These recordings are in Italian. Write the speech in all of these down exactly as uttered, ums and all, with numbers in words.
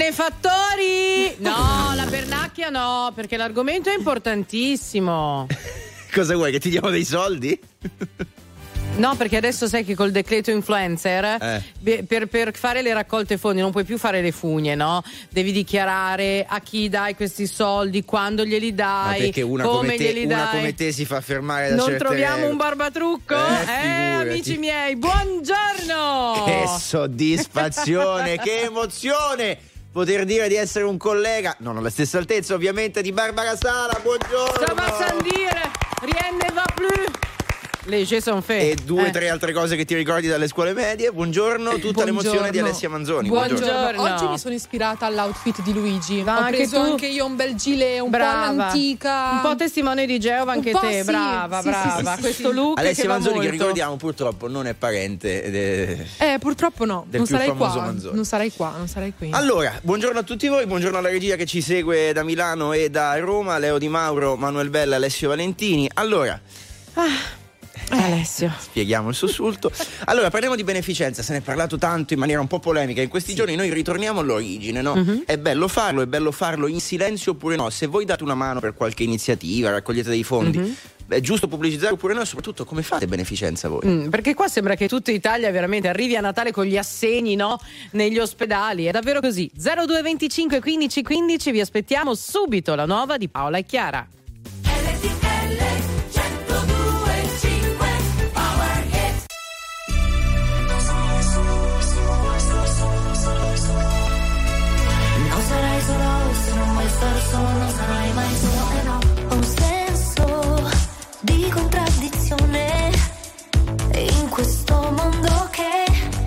benefattori! No, la pernacchia no, perché l'argomento è importantissimo. Cosa vuoi, che ti diamo dei soldi? No, perché adesso sai che col decreto influencer eh. per, per fare le raccolte fondi non puoi più fare le fugne, no? Devi dichiarare a chi dai questi soldi, quando glieli dai, ma perché una come come te, glieli una dai. come te si fa fermare da non certe troviamo regole. Un barbatrucco? Eh, eh amici miei, buongiorno! Che soddisfazione, che emozione poter dire di essere un collega, non alla stessa altezza ovviamente, di Barbara Sala. Buongiorno. Ça va sans dire, rien ne va plus. Le jeux sont faits. E due o eh. tre altre cose che ti ricordi dalle scuole medie. Buongiorno, tutta Buongiorno. l'emozione di Alessia Manzoni. Buongiorno. Buongiorno. Oggi mi sono ispirata all'outfit di Luigi. Ma Ho anche preso tu? anche io un bel gilet un Brava. po' all'antica. Un po' testimone di Geova anche Un po' te, sì. brava, Sì, brava. sì, sì, sì, Questo sì. look Alessia che va Manzoni, molto. che ricordiamo purtroppo non è parente ed è... Eh, purtroppo no, del non più sarei famoso qua. Manzoni. Non sarei qua, non sarei qui. Allora, buongiorno a tutti voi, buongiorno alla regia che ci segue da Milano e da Roma, Leo Di Mauro, Manuel Bella, Alessio Valentini. Allora, Ah, Alessio. spieghiamo il sussulto. Allora, parliamo di beneficenza, se ne è parlato tanto in maniera un po' polemica in questi sì. giorni. Noi ritorniamo all'origine, no? Uh-huh. È bello farlo, è bello farlo in silenzio oppure no? Se voi date una mano per qualche iniziativa, raccogliete dei fondi, uh-huh. è giusto pubblicizzare oppure no? Soprattutto, come fate beneficenza voi? Mm, perché qua sembra che tutta Italia veramente arrivi a Natale con gli assegni, no? Negli ospedali. È davvero così. zero due venticinque quindici quindici, vi aspettiamo subito la nuova di Paola e Chiara. Non sarai mai solo, eh no. Ho un senso di contraddizione in questo mondo che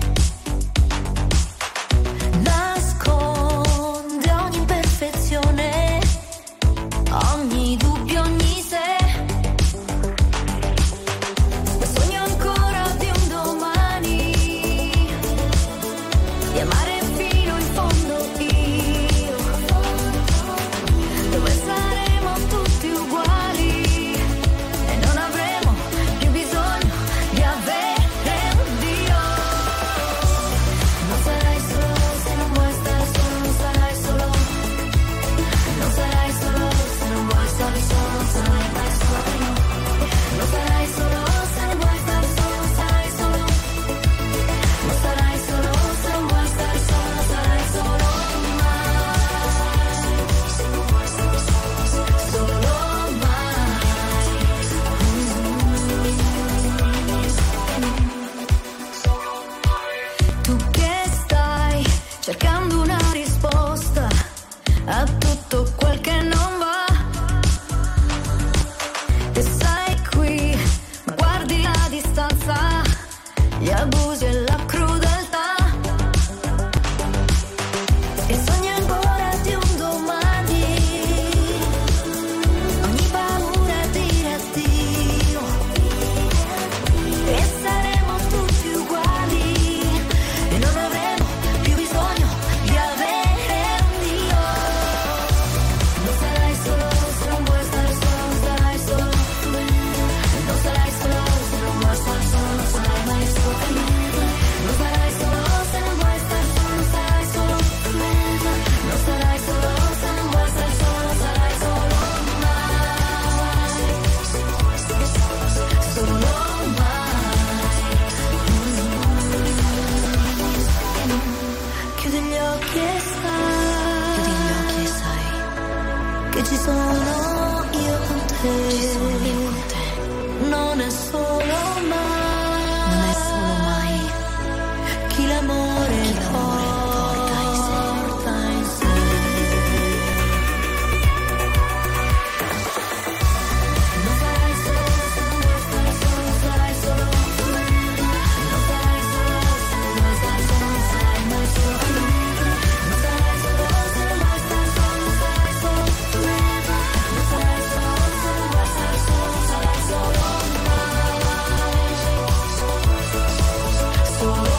nasconde ogni imperfezione, ogni dubbio, ogni se. Ma sogno ancora di un domani, di amare fino in fondo io, dove saremo tutti uguali e non avremo più bisogno di avere un Dio. Non sarai solo se non vuoi stare solo, non sarai solo, non sarai solo se non vuoi stare solo, non sarai mai solo, non sarai solo se non vuoi stare solo, non sarai solo, non sarai solo se non vuoi stare solo, non sarai solo mai, solo mai. Tu che stai cercando una risposta a tutto quel che non va, e sei qui, ma guardi la distanza, gli abusi e la crudeltà, e sogni ancora di un domani, ogni paura è dire addio, e saremo tutti uguali e non avremo più bisogno di avere un Dio. Non sarai solo se non vuoi stare solo, non sarai solo, non sarai solo se non vuoi stare solo, non sarai mai solo, non sarai solo se non vuoi stare solo, non sarai solo, non sarai solo se non vuoi stare solo, non sarai solo mai, solo mai. Chiudi gli occhi e sai, chiudi gli occhi e sai che ci sono io con te, ci sono io con te. Non è solo mai, non è solo mai chi l'amore, chi l'amore porta in sé, porta in sé. Non sarai solo se non vuoi stare solo, non sarai solo, non sarai solo se non vuoi stare solo, non sarai mai solo, non sarai solo se non vuoi stare solo, non sarai solo, non sarai solo se non vuoi stare solo, non sarai solo mai, solo mai.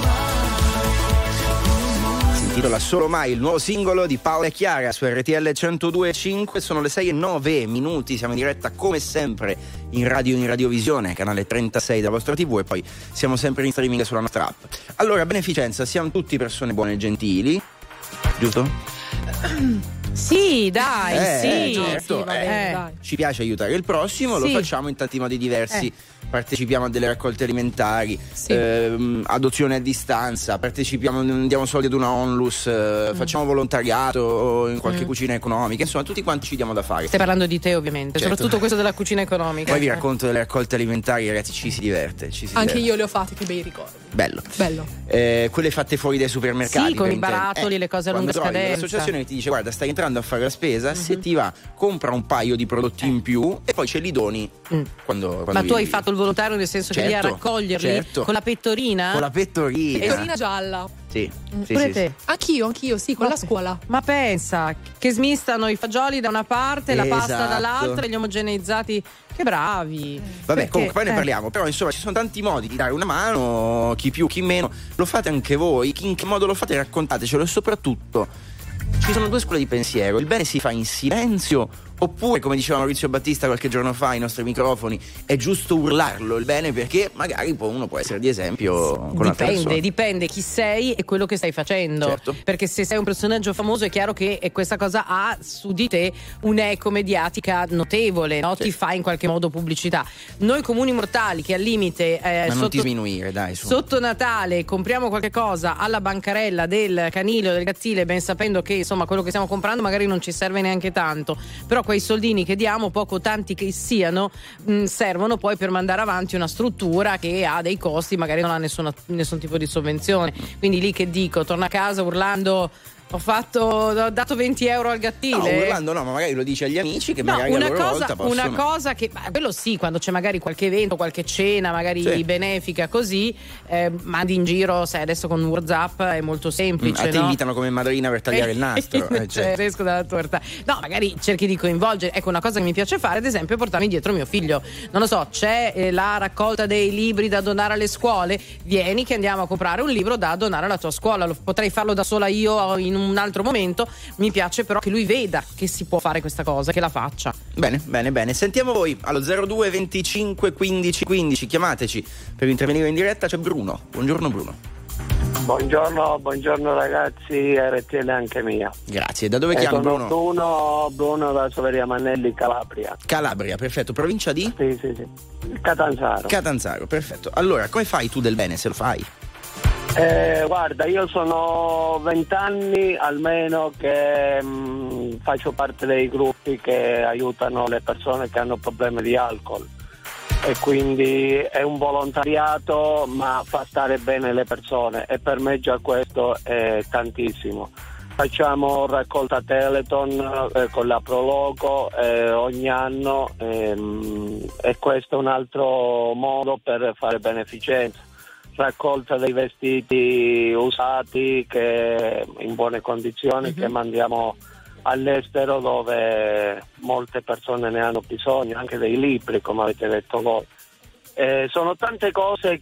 Si intitola Solo Mai, il nuovo singolo di Paola e Chiara su R T L centodue e cinque. Sono le sei e nove minuti, siamo in diretta come sempre in radio, in radiovisione, canale trentasei della vostra tivù, e poi siamo sempre in streaming sulla nostra app. Allora, beneficenza, siamo tutti persone buone e gentili, giusto? Sì, dai, Eh, sì. certo, sì, va eh, bene, eh. dai. Ci piace aiutare il prossimo, lo Sì. facciamo in tanti modi diversi. Eh. Partecipiamo a delle raccolte alimentari, Sì. ehm, adozione a distanza, partecipiamo, diamo soldi ad una onlus, eh, facciamo volontariato in qualche Mm. cucina economica, insomma tutti quanti ci diamo da fare. Stai parlando di te, ovviamente, Certo. soprattutto questo della cucina economica. Poi vi racconto delle raccolte alimentari, ragazzi, ci si diverte. Ci si Anche diverte. io le ho fatte, che bei ricordi. Bello. Bello. Eh, quelle fatte fuori dai supermercati. Sì, con per i intendere. barattoli, le cose a quando lunga trovi scadenza. l'associazione che ti dice guarda stai entrando a fare la spesa, se ti va compra un paio di prodotti in più e poi ce li doni Mm. quando, quando Ma tu vieni hai lì. fatto il volontario nel senso che lì a Certo, raccoglierli certo. con la pettorina? con la pettorina. Pettorina gialla. Sì, sì, Pure sì, te. Anch'io, anch'io, sì, con Ma la pe- scuola. Ma pensa, che smistano i fagioli da una parte, la pasta Esatto. dall'altra e li omogeneizzati. Che bravi. Vabbè, Perché- comunque poi ne eh. parliamo. Però insomma ci sono tanti modi di dare una mano, chi più, chi meno. Lo fate anche voi. In che modo lo fate? Raccontatecelo. E soprattutto ci sono due scuole di pensiero. Il bene si fa in silenzio, oppure, come diceva Maurizio Battista qualche giorno fa ai nostri microfoni, è giusto urlarlo il bene, perché magari poi uno può essere di esempio con un'altra Dipende, persona. dipende chi sei e quello che stai facendo. Certo. Perché se sei un personaggio famoso è chiaro che eh, questa cosa ha su di te un'eco mediatica notevole, no? Sì. Ti fa in qualche modo pubblicità. Noi comuni mortali che al limite eh, Ma non sotto, ti sminuire, dai, su. sotto Natale compriamo qualche cosa alla bancarella del canile o del gazzile, ben sapendo che insomma quello che stiamo comprando magari non ci serve neanche tanto, però quei soldini che diamo, poco tanti che siano, mh, servono poi per mandare avanti una struttura che ha dei costi, magari non ha nessuna, nessun tipo di sovvenzione. Quindi lì che dico, torno a casa urlando ho fatto ho dato venti euro al gattile. No, urlando no, ma magari lo dici agli amici che No, magari una a loro cosa, volta possono. una cosa che ma quello sì, quando c'è magari qualche evento, qualche cena, magari Sì. benefica così, eh, mandi in giro, sai, adesso con WhatsApp è molto semplice. A te no? invitano come madrina per tagliare il nastro. eh, Cioè, certo. esco dalla torta. No, magari cerchi di coinvolgere. Ecco, una cosa che mi piace fare, ad esempio, è portarmi dietro mio figlio. Non lo so, c'è eh, la raccolta dei libri da donare alle scuole. Vieni che andiamo a comprare un libro da donare alla tua scuola. Lo, potrei farlo da sola io in un altro momento. Mi piace però che lui veda che si può fare questa cosa, che la faccia. Bene, bene, bene. Sentiamo voi allo zero due venticinque quindici quindici. Chiamateci per intervenire in diretta. C'è Bruno. Buongiorno Bruno. Buongiorno, buongiorno ragazzi, R T L anche mia. Grazie. Da dove Eh, chiami sono Bruno? Bruno, Bruno da Soveria Mannelli, Calabria. Calabria, perfetto. Provincia di? Sì, sì, sì. Catanzaro. Catanzaro, perfetto. Allora, come fai tu del bene se lo fai? Eh, guarda, io sono vent'anni almeno che mh, faccio parte dei gruppi che aiutano le persone che hanno problemi di alcol. E quindi è un volontariato, ma fa stare bene le persone e per me già questo è tantissimo. Facciamo raccolta Teleton eh, con la Proloco eh, ogni anno ehm, e questo è un altro modo per fare beneficenza. Raccolta dei vestiti usati che in buone condizioni, mm-hmm. che mandiamo all'estero dove molte persone ne hanno bisogno, anche dei libri come avete detto voi. Eh, sono tante cose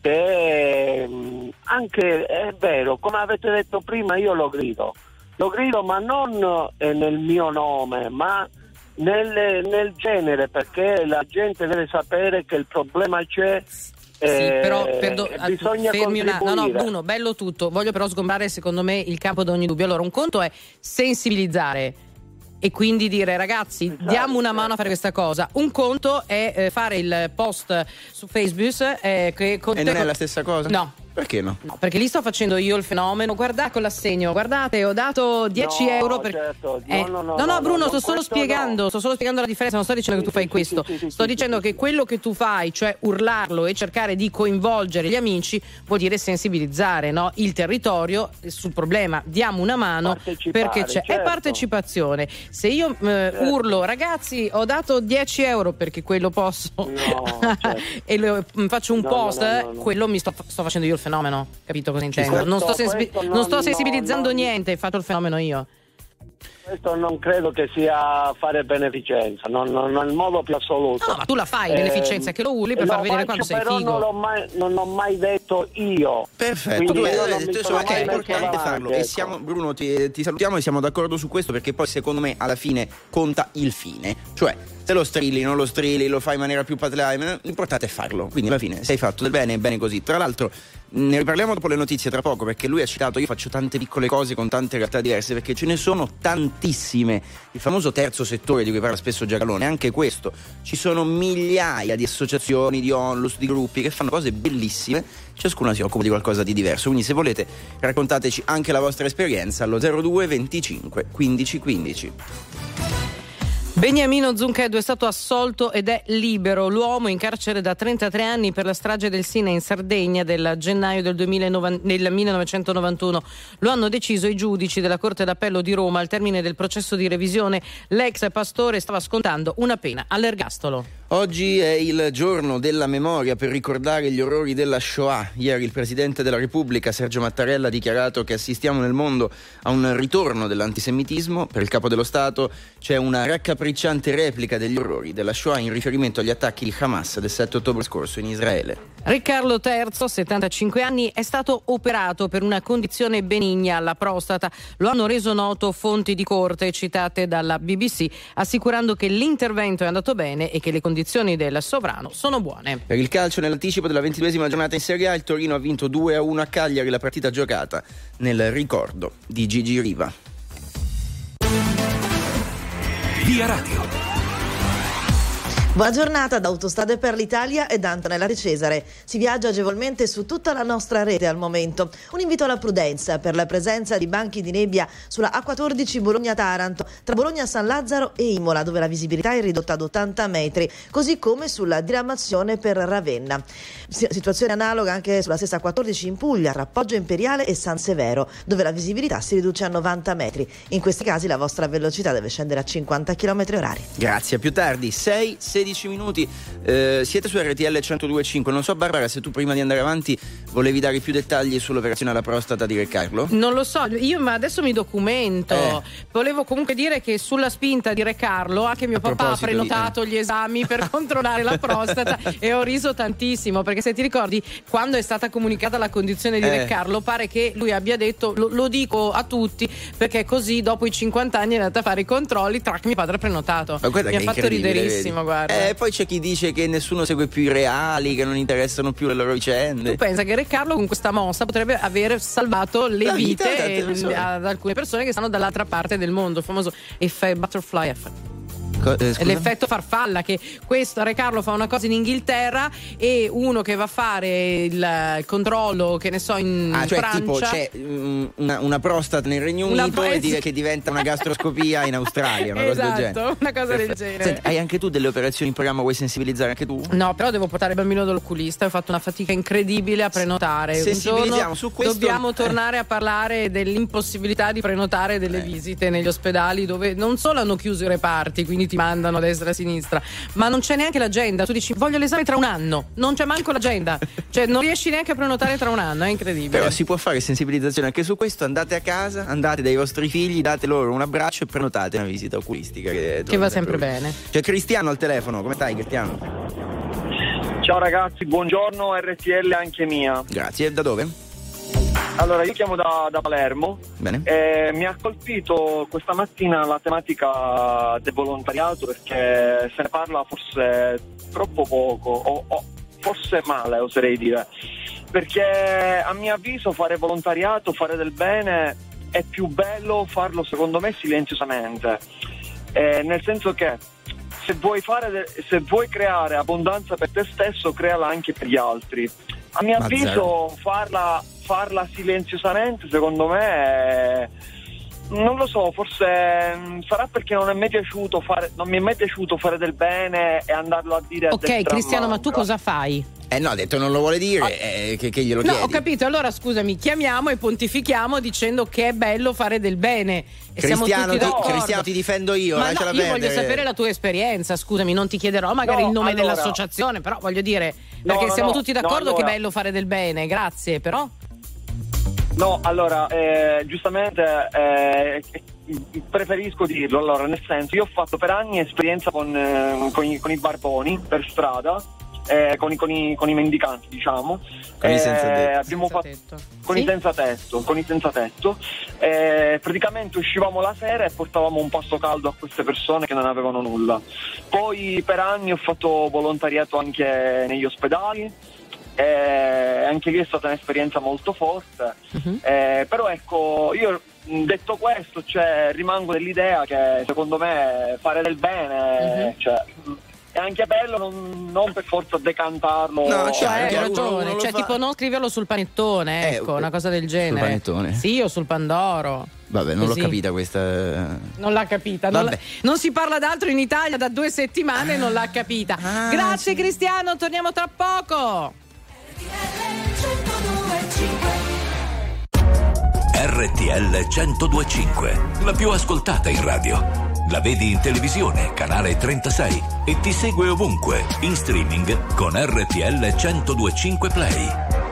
che mh, anche è vero, come avete detto prima, io lo grido, lo grido ma non eh, nel mio nome, ma nel, nel genere, perché la gente deve sapere che il problema c'è. Sì, Eh, però perdo- bisogna fermi una... No, no, contribuire. Bruno, bello tutto. Voglio però sgombrare, secondo me, il campo da ogni dubbio. Allora, un conto è sensibilizzare e quindi dire ragazzi, Esatto. diamo una mano a fare questa cosa. Un conto è eh, fare il post su Facebook eh, che con E te- non è la stessa cosa? No. Perché no? No, perché lì sto facendo io il fenomeno. Guardate con l'assegno, guardate, ho dato dieci No, euro per... certo. No, Eh, no, no, no, no, Bruno, no, sto solo questo spiegando, no. sto solo spiegando la differenza, non sto dicendo Sì, che tu fai sì, questo, sì, sì, sì, sto sì, dicendo sì, che sì. quello che tu fai, cioè urlarlo e cercare di coinvolgere gli amici, vuol dire sensibilizzare, no? Il territorio sul problema. Diamo una mano Partecipare, perché c'è è certo. partecipazione. Se io eh, urlo ragazzi, ho dato dieci euro perché quello posso No, certo. e lo, faccio un No, post, no, no, no. quello mi sto, sto facendo io il fenomeno, capito cosa intendo? Questo- non sto, sensibi- questo non sto non- sensibilizzando non- niente, faccio il fenomeno io. Questo non credo che sia fare beneficenza, non, non, non è il modo più assoluto. No, ma tu la fai, Eh, beneficenza, che lo urli per lo far vedere faccio, quanto sei però figo. non l'ho mai, non ho mai detto io. Perfetto, Quindi tu io hai non mi detto sono insomma che è mai messo importante davanti, farlo. E ecco. siamo, Bruno, ti, ti salutiamo e siamo d'accordo su questo perché poi secondo me alla fine conta il fine. Cioè, Se lo strilli, non lo strilli, lo fai in maniera più patlai, l'importante è farlo. Quindi alla fine, se hai fatto del bene, è bene così. Tra l'altro, ne riparliamo dopo le notizie tra poco, perché lui ha citato: io faccio tante piccole cose con tante realtà diverse, perché ce ne sono tantissime. Il famoso terzo settore di cui parla spesso Giacalone, anche questo, ci sono migliaia di associazioni, di onlus, di gruppi che fanno cose bellissime, ciascuna si occupa di qualcosa di diverso. Quindi se volete raccontateci anche la vostra esperienza allo zero due venticinque quindici quindici. Beniamino Zuncheddu è stato assolto ed è libero. L'uomo in carcere da trentatré anni per la strage del Sina in Sardegna del gennaio del, duemilanove, del millenovecentonovantuno. Lo hanno deciso i giudici della Corte d'Appello di Roma. Al termine del processo di revisione, l'ex pastore stava scontando una pena all'ergastolo. Oggi è il giorno della memoria per ricordare gli orrori della Shoah. Ieri il Presidente della Repubblica, Sergio Mattarella, ha dichiarato che assistiamo nel mondo a un ritorno dell'antisemitismo. Per il Capo dello Stato c'è una raccapricciante replica degli orrori della Shoah in riferimento agli attacchi di Hamas del sette ottobre scorso in Israele. Riccardo terzo, settantacinque anni, è stato operato per una condizione benigna alla prostata. Lo hanno reso noto fonti di corte citate dalla B B C, assicurando che l'intervento è andato bene e che le condizioni del sovrano sono buone. Per il calcio, nell'anticipo della ventiduesima giornata in Serie A, il Torino ha vinto due a uno a Cagliari, la partita giocata nel ricordo di Gigi Riva. Via Radio. Buona giornata da Autostrade per l'Italia e da Antonella De Cesare. Si viaggia agevolmente su tutta la nostra rete al momento. Un invito alla prudenza per la presenza di banchi di nebbia sulla A quattordici Bologna-Taranto, tra Bologna-San Lazzaro e Imola, dove la visibilità è ridotta ad ottanta metri, così come sulla diramazione per Ravenna. Situazione analoga anche sulla stessa A quattordici in Puglia, tra Poggio Imperiale e San Severo, dove la visibilità si riduce a novanta metri. In questi casi la vostra velocità deve scendere a cinquanta chilometri orari. Grazie, a più tardi. sei sedici minuti, eh, siete su R T L centodue e cinque. Non so, Barbara, se tu prima di andare avanti volevi dare più dettagli sull'operazione alla prostata di Re Carlo? Non lo so, io ma adesso mi documento. Eh. Volevo comunque dire che sulla spinta di Re Carlo anche mio A papà ha proposito prenotato di, eh. gli esami per controllare la prostata e ho riso tantissimo, perché se ti ricordi quando è stata comunicata la condizione di Eh. Re Carlo pare che lui abbia detto lo, lo dico a tutti perché così dopo i cinquanta anni è andata a fare i controlli, track mio padre ha prenotato. Ma guarda mi ha che fatto incredibile, riderissimo, vedi? guarda. Eh, poi c'è chi dice che nessuno segue più i reali, che non interessano più le loro vicende. Tu pensa che Re Carlo con questa mossa potrebbe aver salvato le La vite vita di tante eh, persone. ad alcune persone che stanno dall'altra parte del mondo, il famoso effetto butterfly effect. Co- eh, scusa? L'effetto farfalla, che questo Re Carlo fa una cosa in Inghilterra e uno che va a fare il, il controllo, che ne so, in Ah, cioè Francia. tipo c'è mm, una, una prostata nel Regno Una Unito e pre- di- che diventa una gastroscopia in Australia, una cosa del Esatto, genere. una cosa del Perfetto. genere. Senti, hai anche tu delle operazioni in programma, vuoi sensibilizzare anche tu? No, però devo portare il bambino dall'oculista, ho fatto una fatica incredibile a prenotare. Un Sensibilizziamo giorno su questo. dobbiamo Eh. tornare a parlare dell'impossibilità di prenotare delle Eh. visite negli ospedali, dove non solo hanno chiuso i reparti, quindi ti mandano a destra e a sinistra, ma non c'è neanche l'agenda. Tu dici voglio l'esame tra un anno, non c'è manco l'agenda, cioè non riesci neanche a prenotare tra un anno, è incredibile. Però si può fare sensibilizzazione anche su questo. Andate a casa, andate dai vostri figli, date loro un abbraccio e prenotate una visita oculistica che, Che va sempre bene. C'è Cristiano al telefono, come stai Cristiano? Ciao ragazzi, buongiorno, R T L anche mia. Grazie, da dove? Allora, io chiamo da, da Palermo. Bene. E mi ha colpito questa mattina la tematica del volontariato, perché se ne parla forse troppo poco, o, o forse male, oserei dire. Perché a mio avviso fare volontariato, fare del bene, è più bello farlo secondo me silenziosamente. Eh, nel senso che se vuoi fare de- se vuoi creare abbondanza per te stesso, creala anche per gli altri. A mio Ma avviso zero. farla farla silenziosamente secondo me è, non lo so, forse mh, sarà perché non è mai piaciuto fare non mi è mai piaciuto fare del bene e andarlo a dire a Ok, destra e Cristiano, ma tu manca. cosa fai? Eh no, ha detto non lo vuole dire, eh, che, che glielo No, chiedi. ho capito, allora scusami, chiamiamo e pontifichiamo dicendo che è bello fare del bene. E siamo Cristiano, tutti ti, d'accordo. Cristiano, ti difendo io, Ma lasciala no, io perdere. voglio sapere la tua esperienza, scusami, non ti chiederò magari No, il nome allora- dell'associazione, però voglio dire, No, perché no, siamo no, tutti no, d'accordo allora- che è bello fare del bene, grazie, però No, allora, eh, giustamente eh, preferisco dirlo, allora, nel senso, io ho fatto per anni esperienza con, eh, con, i, con i barboni per strada eh, con, i, con, i, con i mendicanti, diciamo. Con i senza tetto. Abbiamo Senza fatto tetto. con Sì? i senza tetto, con i senza tetto. Eh, praticamente uscivamo la sera e portavamo un pasto caldo a queste persone che non avevano nulla. Poi per anni ho fatto volontariato anche negli ospedali. Eh, anche lì è stata un'esperienza molto forte. Uh-huh. Eh, però ecco, io detto questo, cioè, rimango dell'idea che secondo me fare del bene, Uh-huh. cioè, è anche bello, non, non per forza decantarlo. No, Cioè, cioè, hai uno- ragione, uno lo cioè fa- tipo non scriverlo sul panettone, Eh, ecco, una cosa del genere. panettone? Sì, o sul pandoro. Vabbè, non Così. l'ho capita questa. Non l'ha capita, non, Vabbè. la- non si parla d'altro in Italia da due settimane, non l'ha capita. Ah, Grazie sì. Cristiano, torniamo tra poco. R T L centodue e cinque, la più ascoltata in radio. La vedi in televisione, canale trentasei, e ti segue ovunque, in streaming con R T L centodue e cinque Play.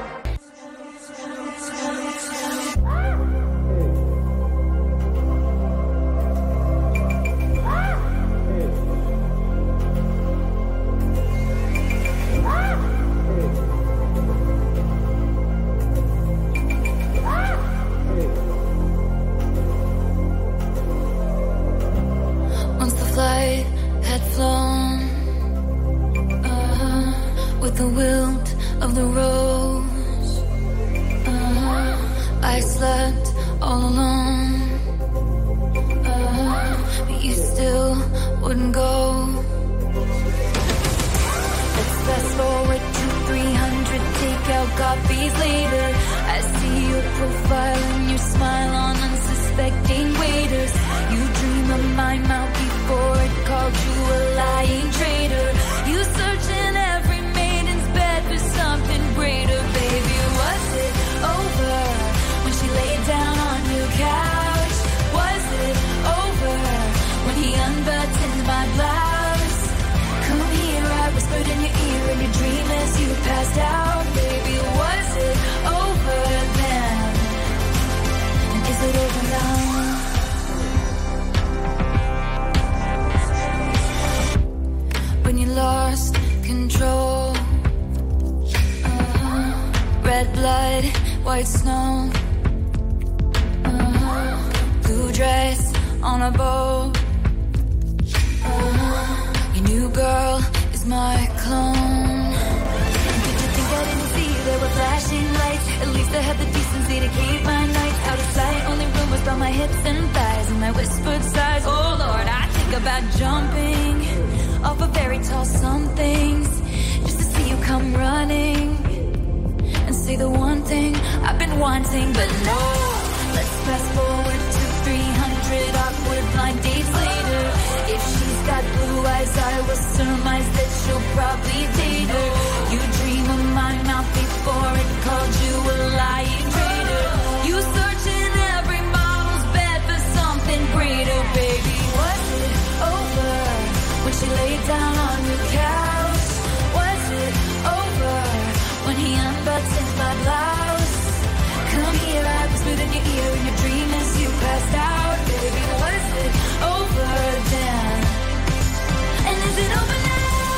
Once the flight had flown, uh-huh, with the wilt of the rose, uh-huh, I slept all alone, uh-huh, but you still wouldn't go. Let's fast forward to three hundred takeout copies later. I see your profile and your smile on unsuspecting waiters. You dream of my mouth before it called you a lying traitor. You search in every maiden's bed for something greater. Baby, was it over when she laid down on your couch? Was it over when he unbuttoned my blouse? Come here, I whispered in your ear in your dream as you passed out. Baby, was it over then? And is it over now? When you lost control, uh-huh. Red blood, white snow, uh-huh. Blue dress on a boat, uh-huh. Your new girl is my clone. And did you think I didn't see there were flashing lights? At least I had the decency to keep my nights out of sight. Only rumors about my hips and thighs and my whispered sighs. Oh Lord, I think about jumping off a very tall somethings just to see you come running and say the one thing I've been wanting. But no, let's fast forward to three hundred awkward blind dates later. If she's got blue eyes, I will surmise that she'll probably date her. You dream of my mouth before it called you a lying traitor. You search in every model's bed for something greater. Baby, was it over when she laid down on your couch? Was it over when he unbuttoned my blouse? Come here, I whispered in your ear in your dream as you passed out. Baby, was it over then? And is it over now?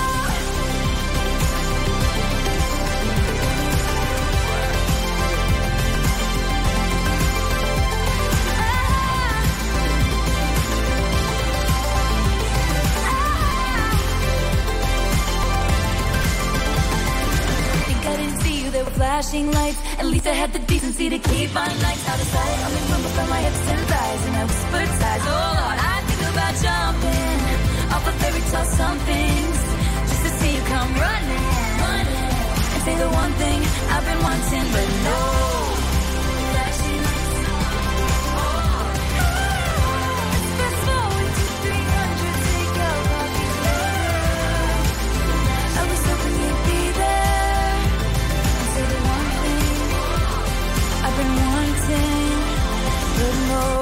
Flashing lights, at least I had the decency to keep my nights out of sight. Only rumors from my hips and thighs and I whispered sighs. Oh Lord, I think about jumping off of fairy tale somethings just to see you come running, running and say the one thing I've been wanting. But no, flashing lights. Let's fast forward to three hundred takeout copies later. I was hoping you'd be there. Say the one thing I've been wanting, but no.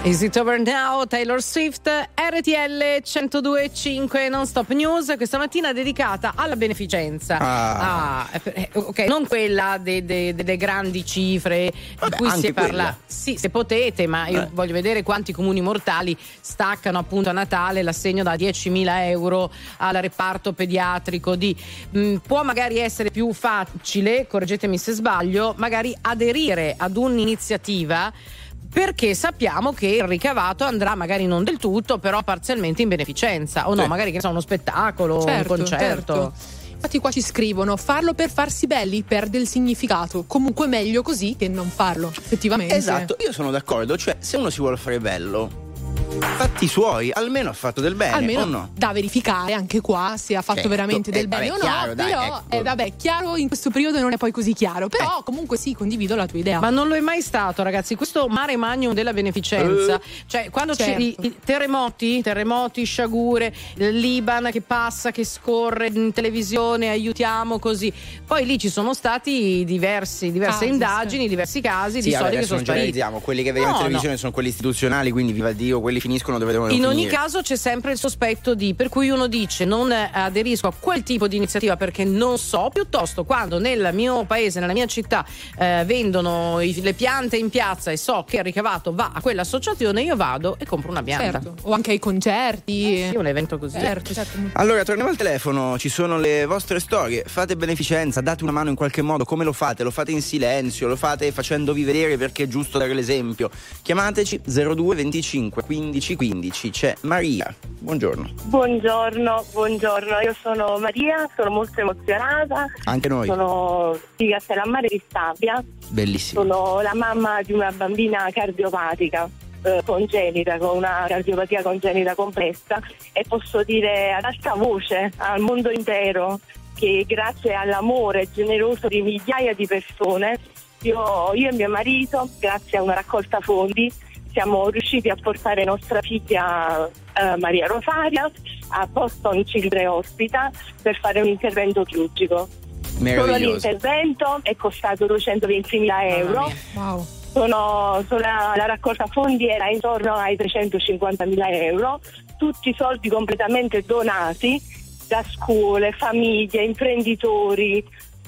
Is it over now? Taylor Swift, R T L centodue e cinque Non Stop News, questa mattina dedicata alla beneficenza. Ah. Ah, ok, non quella de, de, delle grandi cifre. Vabbè, di cui si parla. Quella. Sì, se potete, ma io eh. voglio vedere quanti comuni mortali staccano appunto a Natale l'assegno da diecimila euro al reparto pediatrico. Di mh, può magari essere più facile, correggetemi se sbaglio, magari aderire ad un'iniziativa, perché sappiamo che il ricavato andrà magari non del tutto, però parzialmente in beneficenza, o no, sì. magari che sia uno spettacolo, certo, un concerto. Certo. Infatti qua ci scrivono: farlo per farsi belli perde il significato, comunque meglio così che non farlo, effettivamente. Esatto, io sono d'accordo, cioè se uno si vuole fare bello, fatti suoi, almeno ha fatto del bene, almeno o no? Da verificare anche qua se ha fatto certo. veramente del eh, bene vabbè, o no, chiaro, dai, però ecco. eh, vabbè, chiaro in questo periodo non è poi così chiaro, però eh. comunque sì, condivido la tua idea. Ma non lo è mai stato, ragazzi, questo mare magnum della beneficenza, uh. cioè quando certo. c'è i, i terremoti, terremoti, sciagure, l'Iban che passa, che scorre in televisione, aiutiamo così, poi lì ci sono stati diversi, diverse casi, indagini, sì. diversi casi sì, di vabbè, soldi che sono spariti. Quelli che vediamo no, in televisione no. sono quelli istituzionali, quindi viva Dio, quelli finiscono dove devono in finire. ogni caso c'è sempre il sospetto di, per cui uno dice non aderisco a quel tipo di iniziativa perché non so, piuttosto quando nel mio paese, nella mia città eh, vendono i, le piante in piazza e so che il ricavato va a quell'associazione, io vado e compro una pianta. Certo. O anche ai concerti. Eh sì, un evento così. Certo, certo. Allora torniamo al telefono, ci sono le vostre storie, fate beneficenza, date una mano in qualche modo, come lo fate? Lo fate in silenzio, lo fate facendovi vedere perché è giusto dare l'esempio? Chiamateci zero due venticinque quindici quindici. C'è Maria, buongiorno. Buongiorno, buongiorno, io sono Maria, sono molto emozionata. Anche noi. Sono di Castellammare di Stabia. Bellissimo. Sono la mamma di una bambina cardiopatica, eh, congenita, con una cardiopatia congenita complessa, e posso dire ad alta voce al mondo intero che grazie all'amore generoso di migliaia di persone, io, io e mio marito, grazie a una raccolta fondi, siamo riusciti a portare nostra figlia eh, Maria Rosaria a Boston Children's Hospital per fare un intervento chirurgico. Solo l'intervento è costato duecentoventimila euro. Wow. Sono, sono la, la raccolta fondi era intorno ai trecentocinquantamila euro, tutti soldi completamente donati da scuole, famiglie, imprenditori.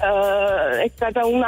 Uh, è stato un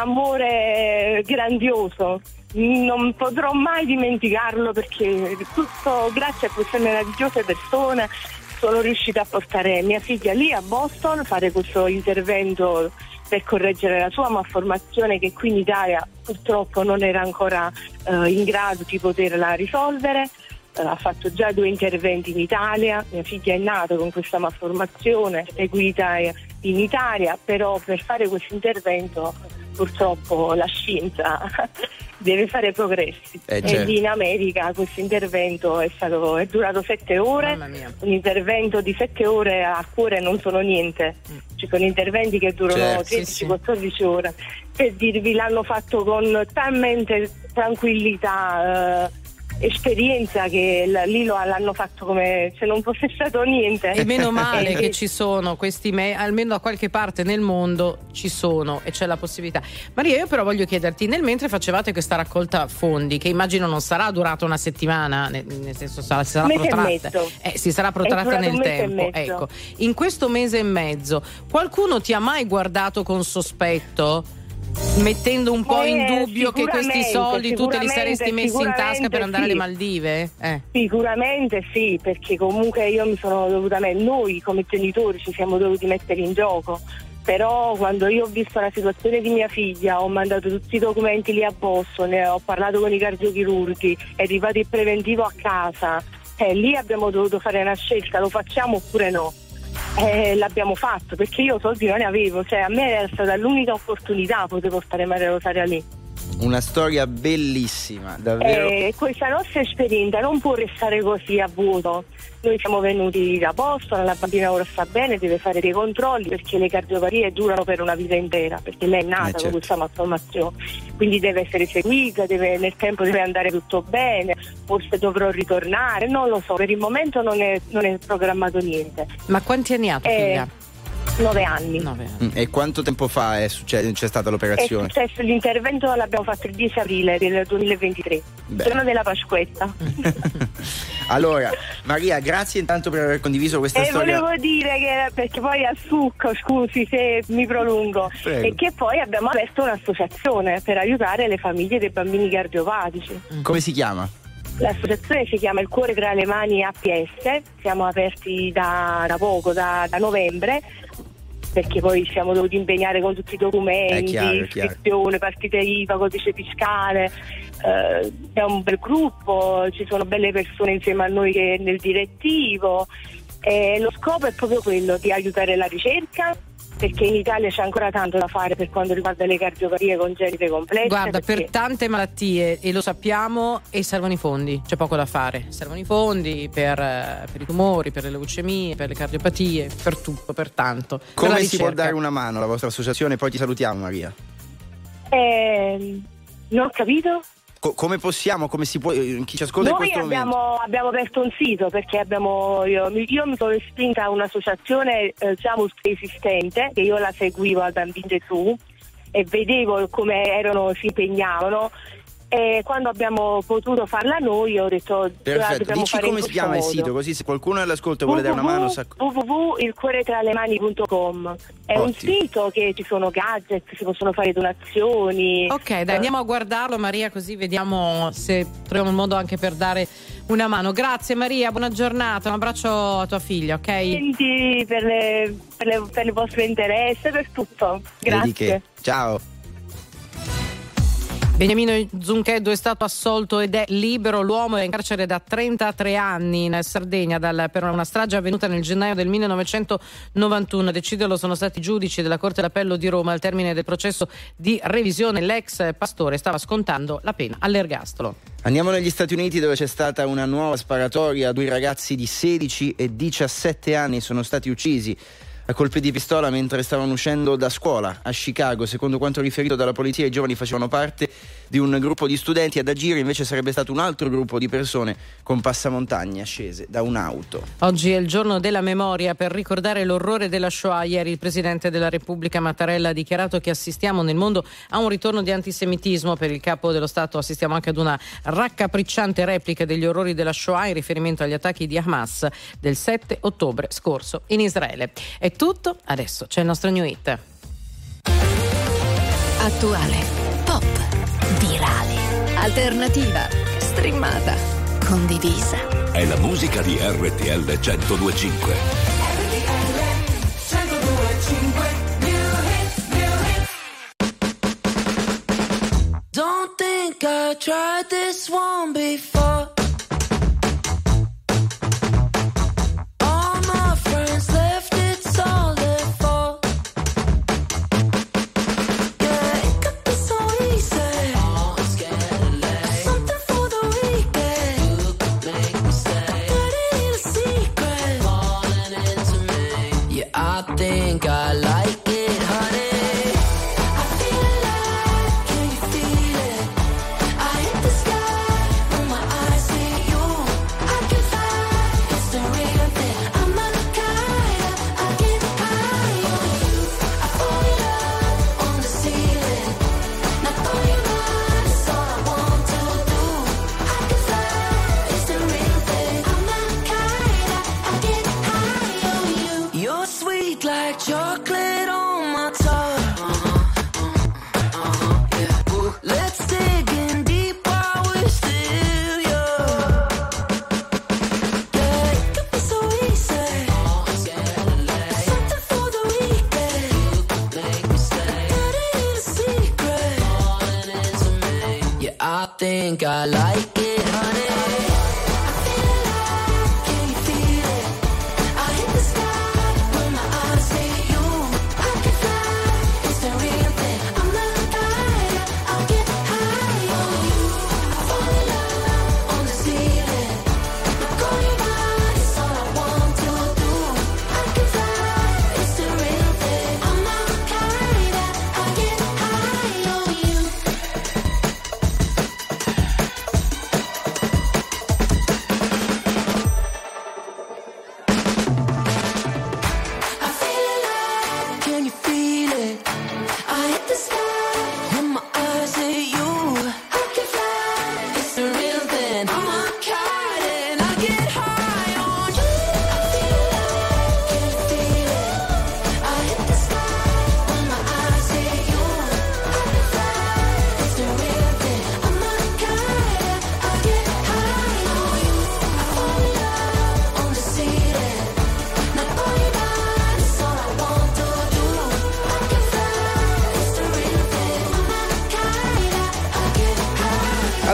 amore grandioso. Non potrò mai dimenticarlo, perché tutto grazie a queste meravigliose persone sono riuscita a portare mia figlia lì a Boston, fare questo intervento per correggere la sua malformazione che qui in Italia purtroppo non era ancora uh, in grado di poterla risolvere. Uh, ha fatto già due interventi in Italia, mia figlia è nata con questa malformazione, seguita in Italia, però per fare questo intervento purtroppo la scienza deve fare progressi, eh, certo. E lì in America questo intervento è stato è durato sette ore. Un intervento di sette ore a cuore non sono niente, mm. ci sono interventi che durano certo, tredici quattordici ore. Per dirvi, l'hanno fatto con talmente tranquillità, eh, esperienza, che l- lì lo, l'hanno fatto come se non fosse stato niente. E meno male che ci sono questi me- almeno da qualche parte nel mondo ci sono e c'è la possibilità. Maria, io però voglio chiederti, nel mentre facevate questa raccolta fondi, che immagino non sarà durata una settimana, nel, nel senso sarà, sarà mese protratta, eh, si sarà protratta nel tempo, ecco, in questo mese e mezzo qualcuno ti ha mai guardato con sospetto, mettendo un po' eh, in dubbio che questi soldi tu te li saresti messi in tasca per andare sì. alle Maldive? Eh. Sicuramente sì, perché comunque io mi sono dovuta mettere, noi come genitori ci siamo dovuti mettere in gioco. Però quando io ho visto la situazione di mia figlia, ho mandato tutti i documenti lì a Boston, ho parlato con i cardiochirurghi, è arrivato il preventivo a casa, e eh, lì abbiamo dovuto fare una scelta, lo facciamo oppure no? Eh, l'abbiamo fatto, perché io soldi non ne avevo, cioè a me era stata l'unica opportunità, potevo stare Maria Rosaria lì. Una storia bellissima, davvero. Eh, questa nostra esperienza non può restare così a vuoto. Noi siamo venuti da Boston, la bambina ora sta bene, deve fare dei controlli, perché le cardiopatie durano per una vita intera, perché lei è nata eh, certo. con questa malformazione, quindi deve essere seguita, deve, nel tempo deve andare tutto bene, forse dovrò ritornare, non lo so, per il momento non è, non è programmato niente. Ma quanti anni ha tua eh, figlia? Nove anni. Nove anni. E quanto tempo fa è succe- c'è stata l'operazione? È successo, l'intervento l'abbiamo fatto il dieci aprile del duemilaventitré, Beh. giorno della Pasquetta. Allora, Maria, grazie intanto per aver condiviso questa E storia. volevo dire che, perché poi a succo, scusi se mi prolungo, Prego. e che poi abbiamo aperto un'associazione per aiutare le famiglie dei bambini cardiopatici. Come si chiama? L'associazione si chiama Il Cuore tra le Mani A P S, siamo aperti da, da poco, da, da novembre, perché poi siamo dovuti impegnare con tutti i documenti, È chiaro, è chiaro. iscrizione, partita I V A, codice fiscale. Eh, è un bel gruppo, ci sono belle persone insieme a noi che nel direttivo, e lo scopo è proprio quello di aiutare la ricerca, perché in Italia c'è ancora tanto da fare per quanto riguarda le cardiopatie congenite complesse. Guarda, perché... per tante malattie, e lo sappiamo, e servono i fondi, c'è poco da fare. Servono i fondi per, eh, per i tumori, per le leucemie, per le cardiopatie, per tutto, per tanto. Per Come la si può ricerca. dare una mano alla vostra associazione? Poi ti salutiamo, Maria. Eh, non ho capito? Co- come possiamo, come si può, chi ci ascolta in Noi questo momento? abbiamo, abbiamo aperto un sito perché abbiamo, io, io mi sono spinta a un'associazione eh, diciamo esistente, che io la seguivo al Bambino Gesù e vedevo come erano, si impegnavano, e quando abbiamo potuto farla noi ho detto Perfetto, dobbiamo dici fare come in si questo chiama il modo. sito, così se qualcuno all'ascolto vuole dare una mano sa... w w w punto il cuore tra le mani punto com. È un Ottimo. sito che ci sono gadget, si possono fare donazioni. Ok, dai, andiamo a guardarlo, Maria, così vediamo se troviamo un modo anche per dare una mano. Grazie Maria, buona giornata, un abbraccio a tua figlia, ok? Quindi per, le, per, le, per il vostro interesse, per tutto. Vedi Grazie. che... Ciao. Beniamino Zuncheddu è stato assolto ed è libero. L'uomo è in carcere da trentatré anni in Sardegna dal, per una strage avvenuta nel gennaio del millenovecentonovantuno. A deciderlo sono stati i giudici della Corte d'Appello di Roma. Al termine del processo di revisione l'ex pastore stava scontando la pena all'ergastolo. Andiamo negli Stati Uniti, dove c'è stata una nuova sparatoria. Due ragazzi di sedici e diciassette anni sono stati uccisi a colpi di pistola mentre stavano uscendo da scuola a Chicago. Secondo quanto riferito dalla polizia, i giovani facevano parte di un gruppo di studenti, ad agire invece sarebbe stato un altro gruppo di persone con passamontagna scese da un'auto. Oggi è il giorno della memoria per ricordare l'orrore della Shoah. Ieri il Presidente della Repubblica Mattarella ha dichiarato che assistiamo nel mondo a un ritorno di antisemitismo. Per il Capo dello Stato assistiamo anche ad una raccapricciante replica degli orrori della Shoah in riferimento agli attacchi di Hamas del sette ottobre scorso in Israele. È tutto, adesso c'è il nostro new hit. Attuale, pop, virale, alternativa, streamata, condivisa. È la musica di R T L centodue e cinque. Don't think I tried this one before. All my friends left, it's all their fault. Yeah, it could be so easy. Oh, I'm scared of late. Something for the weekend. You could make me stay. Dirty little secret. Falling into me. Yeah, I think I like it, honey. You're sweet like chocolate on my tongue. Uh-huh, uh-huh, yeah. Let's dig in deep while we're still young. Yeah, it could be so easy. Oh, I'm scared of late. Something for the weekend. You could make me stay. Dirty little secret. Falling into me. Yeah, I think I like it, honey.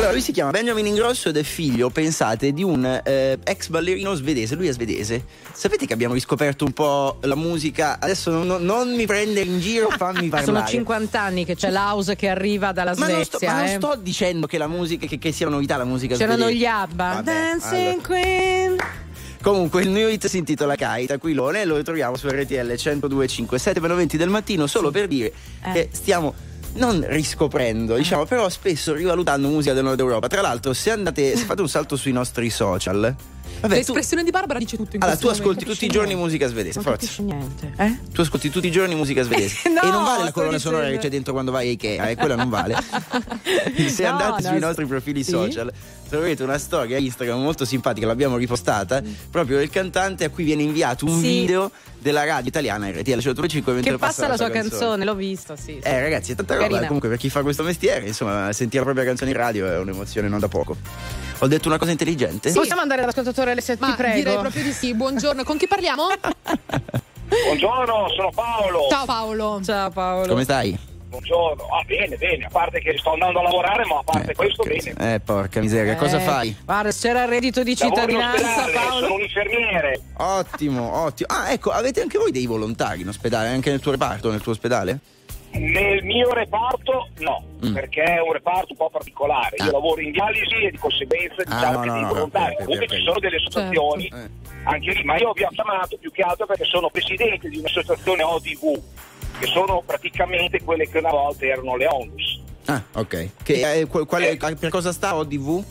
Allora, lui si chiama Benjamin Ingrosso ed è figlio, pensate, di un eh, ex ballerino svedese. Lui è svedese. Sapete che abbiamo riscoperto un po' la musica? Adesso non, non mi prendere in giro, fammi parlare. Sono cinquanta anni che c'è l'house che arriva dalla ma Svezia. Non sto, ma eh. non sto dicendo che la musica, che, che sia una novità la musica C'erano svedese. gli ABBA. Vabbè, Dancing allora. Queen. Comunque il new hit si intitola Kite, Aquilone, e lo ritroviamo su R T L centodue e cinque, sette meno venti del mattino, solo sì. per dire eh. che stiamo non riscoprendo, diciamo, però spesso rivalutando musica del Nord Europa. Tra l'altro, se andate, se fate un salto sui nostri social, vabbè, l'espressione tu, di Barbara dice tutto in allora, questo tu ascolti momento. tutti i giorni musica svedese, non forza. capisci niente. Eh? Tu ascolti tutti i giorni musica svedese. No, e non vale la colonna dicendo... sonora che c'è dentro quando vai a Ikea, e eh, quella non vale. Se no, andate no, sui nostri profili sì? social troverete una storia Instagram molto simpatica, l'abbiamo ripostata, mm. proprio del cantante a cui viene inviato un sì. video della radio italiana R T L centodue e cinque mentre che passa, passa la sua canzone. canzone, l'ho visto, sì, sì. Eh ragazzi, è tanta Carina. roba, comunque per chi fa questo mestiere, insomma, sentire la propria canzone in radio è un'emozione non da poco. Ho detto una cosa intelligente? Sì. Possiamo andare all'ascoltatore Alessia, ti Ma prego. direi proprio di sì. Buongiorno, con chi parliamo? Buongiorno, sono Paolo. Ciao Paolo. Ciao Paolo. Come stai? Buongiorno. Ah, bene, bene, a parte che sto andando a lavorare, ma a parte eh, questo porca, bene. Eh, porca miseria, eh, cosa fai? Guarda, c'era il reddito di cittadinanza, Paolo. Sono un infermiere. Ottimo, ottimo. Ah, ecco, avete anche voi dei volontari in ospedale, anche nel tuo reparto, nel tuo ospedale? Nel mio reparto no, mm. perché è un reparto un po' particolare. Ah. Io lavoro in dialisi e di conseguenza diciamo ah, no, che no, dei no, volontari. okay, Comunque okay, ci sono delle associazioni, certo. eh. anche lì, ma io vi ho chiamato più che altro perché sono presidente di un'associazione O D V, che sono praticamente quelle che una volta erano le ONLUS. Ah, ok. Che, eh, quale, eh. Per cosa sta O D V?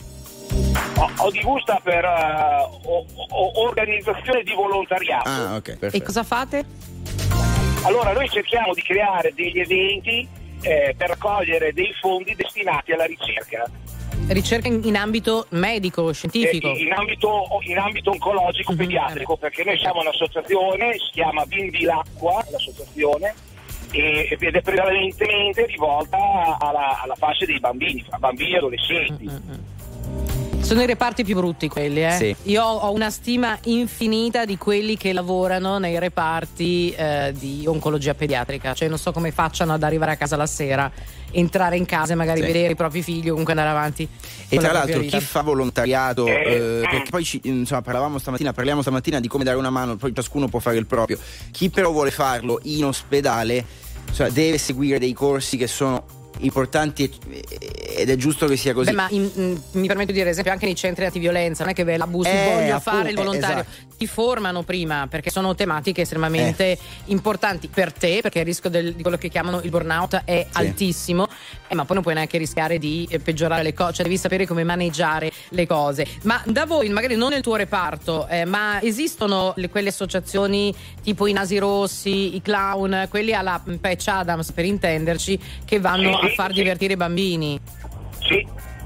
O D V sta per uh, o, o, Organizzazione di Volontariato. Ah, ok, perfetto. E cosa fate? Allora, noi cerchiamo di creare degli eventi eh, per raccogliere dei fondi destinati alla ricerca. Ricerca in, in ambito medico, scientifico? Eh, in, ambito, in ambito oncologico, mm-hmm. pediatrico, perché noi siamo un'associazione, si chiama Bimbi l'Acqua, l'associazione, e, ed è prevalentemente rivolta alla, alla fascia dei bambini, fra bambini e adolescenti. Mm-hmm. Sono i reparti più brutti quelli, eh? Sì. Io ho una stima infinita di quelli che lavorano nei reparti eh, di oncologia pediatrica, cioè non so come facciano ad arrivare a casa la sera, entrare in casa e magari sì. vedere i propri figli o comunque andare avanti. E tra l'altro chi fa volontariato, eh, perché poi ci, insomma, parlavamo stamattina, parliamo stamattina di come dare una mano, poi ciascuno può fare il proprio. Chi però vuole farlo in ospedale, cioè, deve seguire dei corsi che sono importanti ed è giusto che sia così. Beh, ma in, in, mi permetto di dire, ad esempio, anche nei centri antiviolenza, non è che ve la busti, eh, voglio appunto, fare il volontario, esatto. ti formano prima perché sono tematiche estremamente eh. importanti per te, perché il rischio del, di quello che chiamano il burnout è sì. altissimo, eh, ma poi non puoi neanche rischiare di eh, peggiorare le cose, cioè devi sapere come maneggiare le cose. Ma da voi, magari non nel tuo reparto, eh, ma esistono le, quelle associazioni tipo i Nasi Rossi, i clown, quelli alla Patch Adams per intenderci, che vanno sì, a far sì. divertire i bambini? Sì,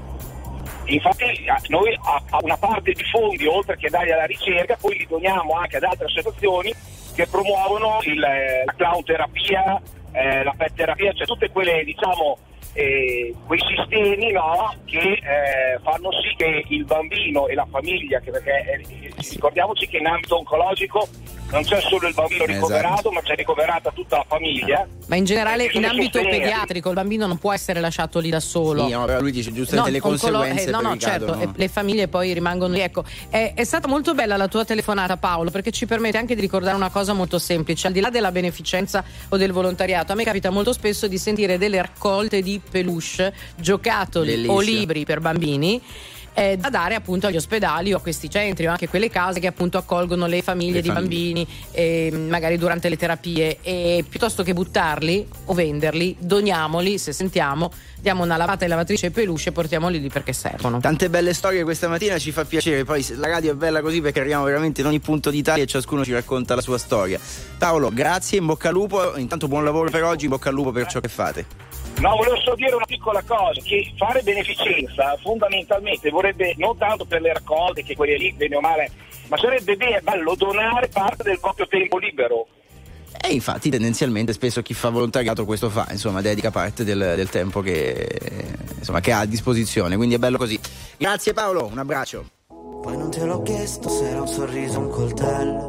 infatti noi a una parte di fondi, oltre che darli alla ricerca, poi li doniamo anche ad altre associazioni che promuovono il, la clown terapia, eh, la pet terapia, cioè tutte quelle, diciamo, eh, quei sistemi, no, che eh, fanno sì che il bambino e la famiglia, che perché eh, ricordiamoci che in ambito oncologico non c'è solo il bambino ricoverato, esatto. ma c'è ricoverata tutta la famiglia. Ma in generale in ambito sostenere. pediatrico il bambino non può essere lasciato lì da solo. Sì, no, però lui dice giustamente no, le conseguenze. Eh, no, no, certo, no? le famiglie poi rimangono lì. Ecco, è, è stata molto bella la tua telefonata, Paolo, perché ci permette anche di ricordare una cosa molto semplice. Al di là della beneficenza o del volontariato, a me capita molto spesso di sentire delle raccolte di peluche, giocattoli Bellissimo. o libri per bambini, Eh, da dare appunto agli ospedali o a questi centri o anche quelle case che appunto accolgono le famiglie le di famiglie. bambini eh, magari durante le terapie, e piuttosto che buttarli o venderli, doniamoli, se sentiamo, diamo una lavata e lavatrice ai peluche e portiamoli lì perché servono. Tante belle storie questa mattina, ci fa piacere, poi la radio è bella così perché arriviamo veramente in ogni punto d'Italia e ciascuno ci racconta la sua storia. Paolo, grazie, in bocca al lupo, intanto buon lavoro per oggi, in bocca al lupo per ciò che fate. No, volevo solo dire una piccola cosa, che fare beneficenza fondamentalmente vorrebbe, non tanto per le raccolte, che quelle lì, bene o male, ma sarebbe bello donare parte del proprio tempo libero. E infatti tendenzialmente spesso chi fa volontariato questo fa, insomma, dedica parte del, del tempo che, insomma, che ha a disposizione, quindi è bello così. Grazie Paolo, un abbraccio. Poi non te l'ho chiesto se era un sorriso o un coltello.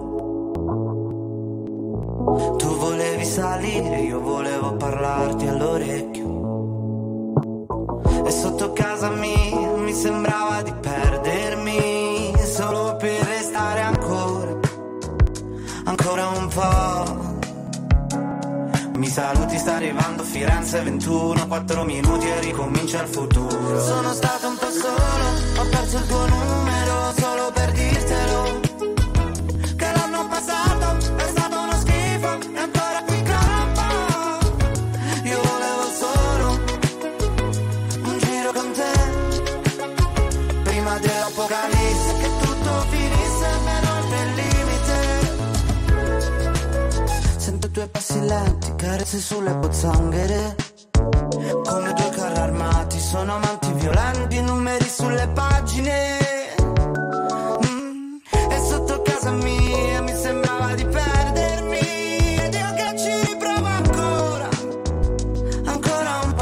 Tu volevi salire, io volevo parlarti all'orecchio. E sotto casa mia sembrava di perdermi solo per restare ancora, ancora un po'. Mi saluti, sta arrivando Firenze ventuno, quattro minuti e ricomincia il futuro. Sono stato un po' solo, ho perso il tuo numero solo per dirtelo, che l'anno passato è stato uno schifo e ancora qui campo. Io volevo solo un giro con te, prima dell'apocalisse, che tutto finisse ben oltre il limite. Sento i tuoi passi lenti, carezze sulle pozzanghere, come due carri armati, sono amanti violenti, numeri sulle pagine. Mm, e sotto casa mia mi sembrava di perdermi, ed io che ci riprovo ancora, ancora un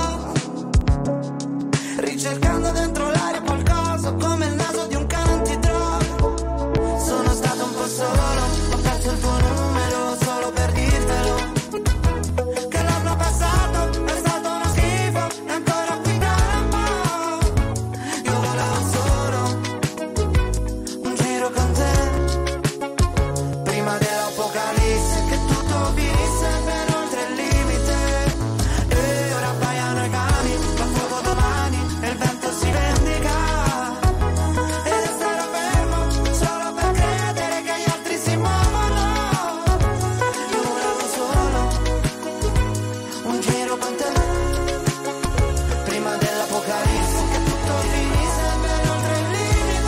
po', ricercando dentro l'aria qualcosa come il naso di un cane antidroga. Sono stato un po' solo, ho perso il tuo numero solo per dirtelo, che l'anno passato è stato uno schifo e ancora qui campo. Io volevo solo un giro con te, prima dell'apocalisse, che tutto finisse ben oltre il limite. E ora appaiano i cani, fa fuoco domani e il vento si vendica, e resterò fermo solo per credere che gli altri si muovono. Io volevo solo un giro con te, prima dell'apocalisse, che tutto finisse ben oltre il limite.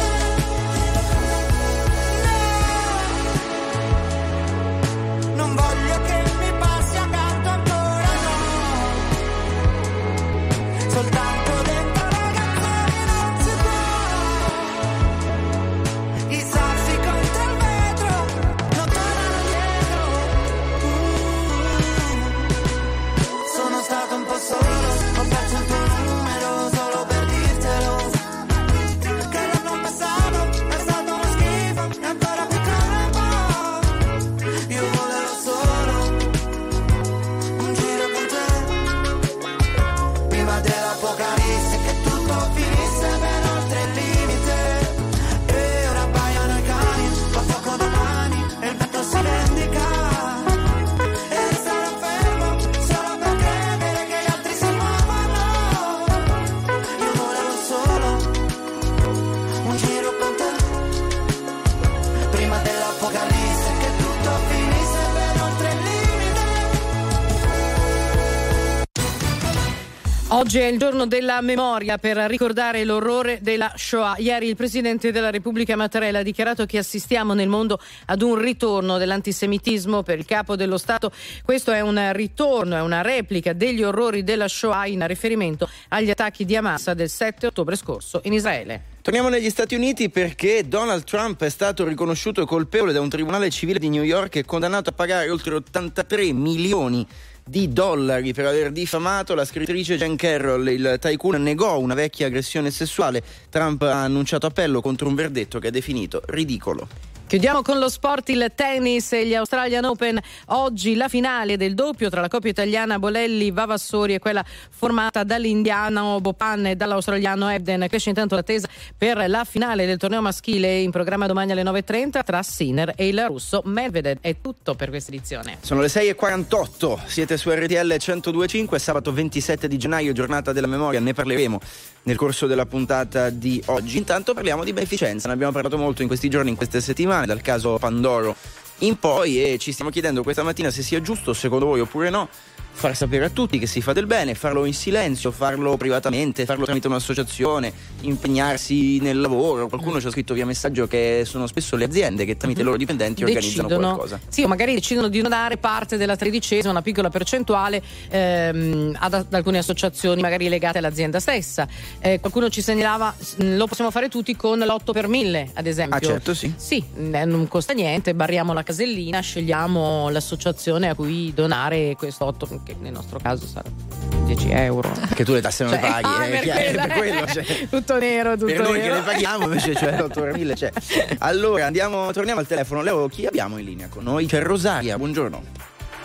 No, non voglio che mi passi accanto ancora, no, soltanto dentro la canzone non si può. I sassi contro il vetro non tornano dietro. Mm. Sono stato un po' solo, ho perso il tuo numero solo per dirtelo, che l'anno passato è stato uno schifo e ancora qui campo. Io volevo solo un giro con te, prima dell'apocalisse, che tutto finisse ben oltre il limite. E ora appaiano i cani, fa fuoco domani e il vento si vendica, e resterò fermo solo per credere che gli altri si muovono. Io volevo solo un giro con te, prima dell'apocalisse, che tutto finisse ben oltre il limite. Oggi è il giorno della memoria per ricordare l'orrore della Shoah. Ieri il Presidente della Repubblica Mattarella ha dichiarato che assistiamo nel mondo ad un ritorno dell'antisemitismo. Per il capo dello Stato questo è un ritorno, è una replica degli orrori della Shoah in riferimento agli attacchi di Hamas del sette ottobre scorso in Israele. Torniamo negli Stati Uniti perché Donald Trump è stato riconosciuto colpevole da un tribunale civile di New York e condannato a pagare oltre ottantatré milioni di dollari per aver diffamato la scrittrice Jen Carroll. Il tycoon negò una vecchia aggressione sessuale. Trump ha annunciato appello contro un verdetto che ha definito ridicolo. Chiudiamo con lo sport, il tennis e gli Australian Open. Oggi la finale del doppio tra la coppia italiana Bolelli-Vavassori e quella formata dall'indiano Bopan e dall'australiano Ebden. Cresce intanto l'attesa per la finale del torneo maschile, in programma domani alle nove e trenta tra Sinner e il russo Medvedev. È tutto per questa edizione. Sono le sei e quarantotto, siete su R T L centodue e cinque, sabato ventisette di gennaio, giornata della memoria. Ne parleremo nel corso della puntata di oggi. Intanto parliamo di beneficenza, ne abbiamo parlato molto in questi giorni, in queste settimane, dal caso Pandoro in poi, e ci stiamo chiedendo questa mattina se sia giusto, secondo voi, oppure no, far sapere a tutti che si fa del bene, farlo in silenzio, farlo privatamente, farlo tramite un'associazione, impegnarsi nel lavoro. Qualcuno ci ha scritto via messaggio che sono spesso le aziende che tramite i loro dipendenti decidono, organizzano qualcosa. Sì, o magari decidono di donare parte della tredicesima, una piccola percentuale ehm, ad, ad alcune associazioni magari legate all'azienda stessa. Eh, qualcuno ci segnalava, lo possiamo fare tutti con l'otto per mille, ad esempio. Ah, certo, sì. Sì, non costa niente, barriamo la casellina, scegliamo l'associazione a cui donare questo otto, che nel nostro caso sarà dieci euro. Che tu le tasse non cioè, le paghi, ah, eh, per chiaro, quello, per quello, cioè. Tutto nero, tutto per noi nero. che le paghiamo invece, cioè otto per mille, cioè. Allora andiamo, torniamo al telefono. Leo, chi abbiamo in linea con noi? C'è Rosaria, buongiorno.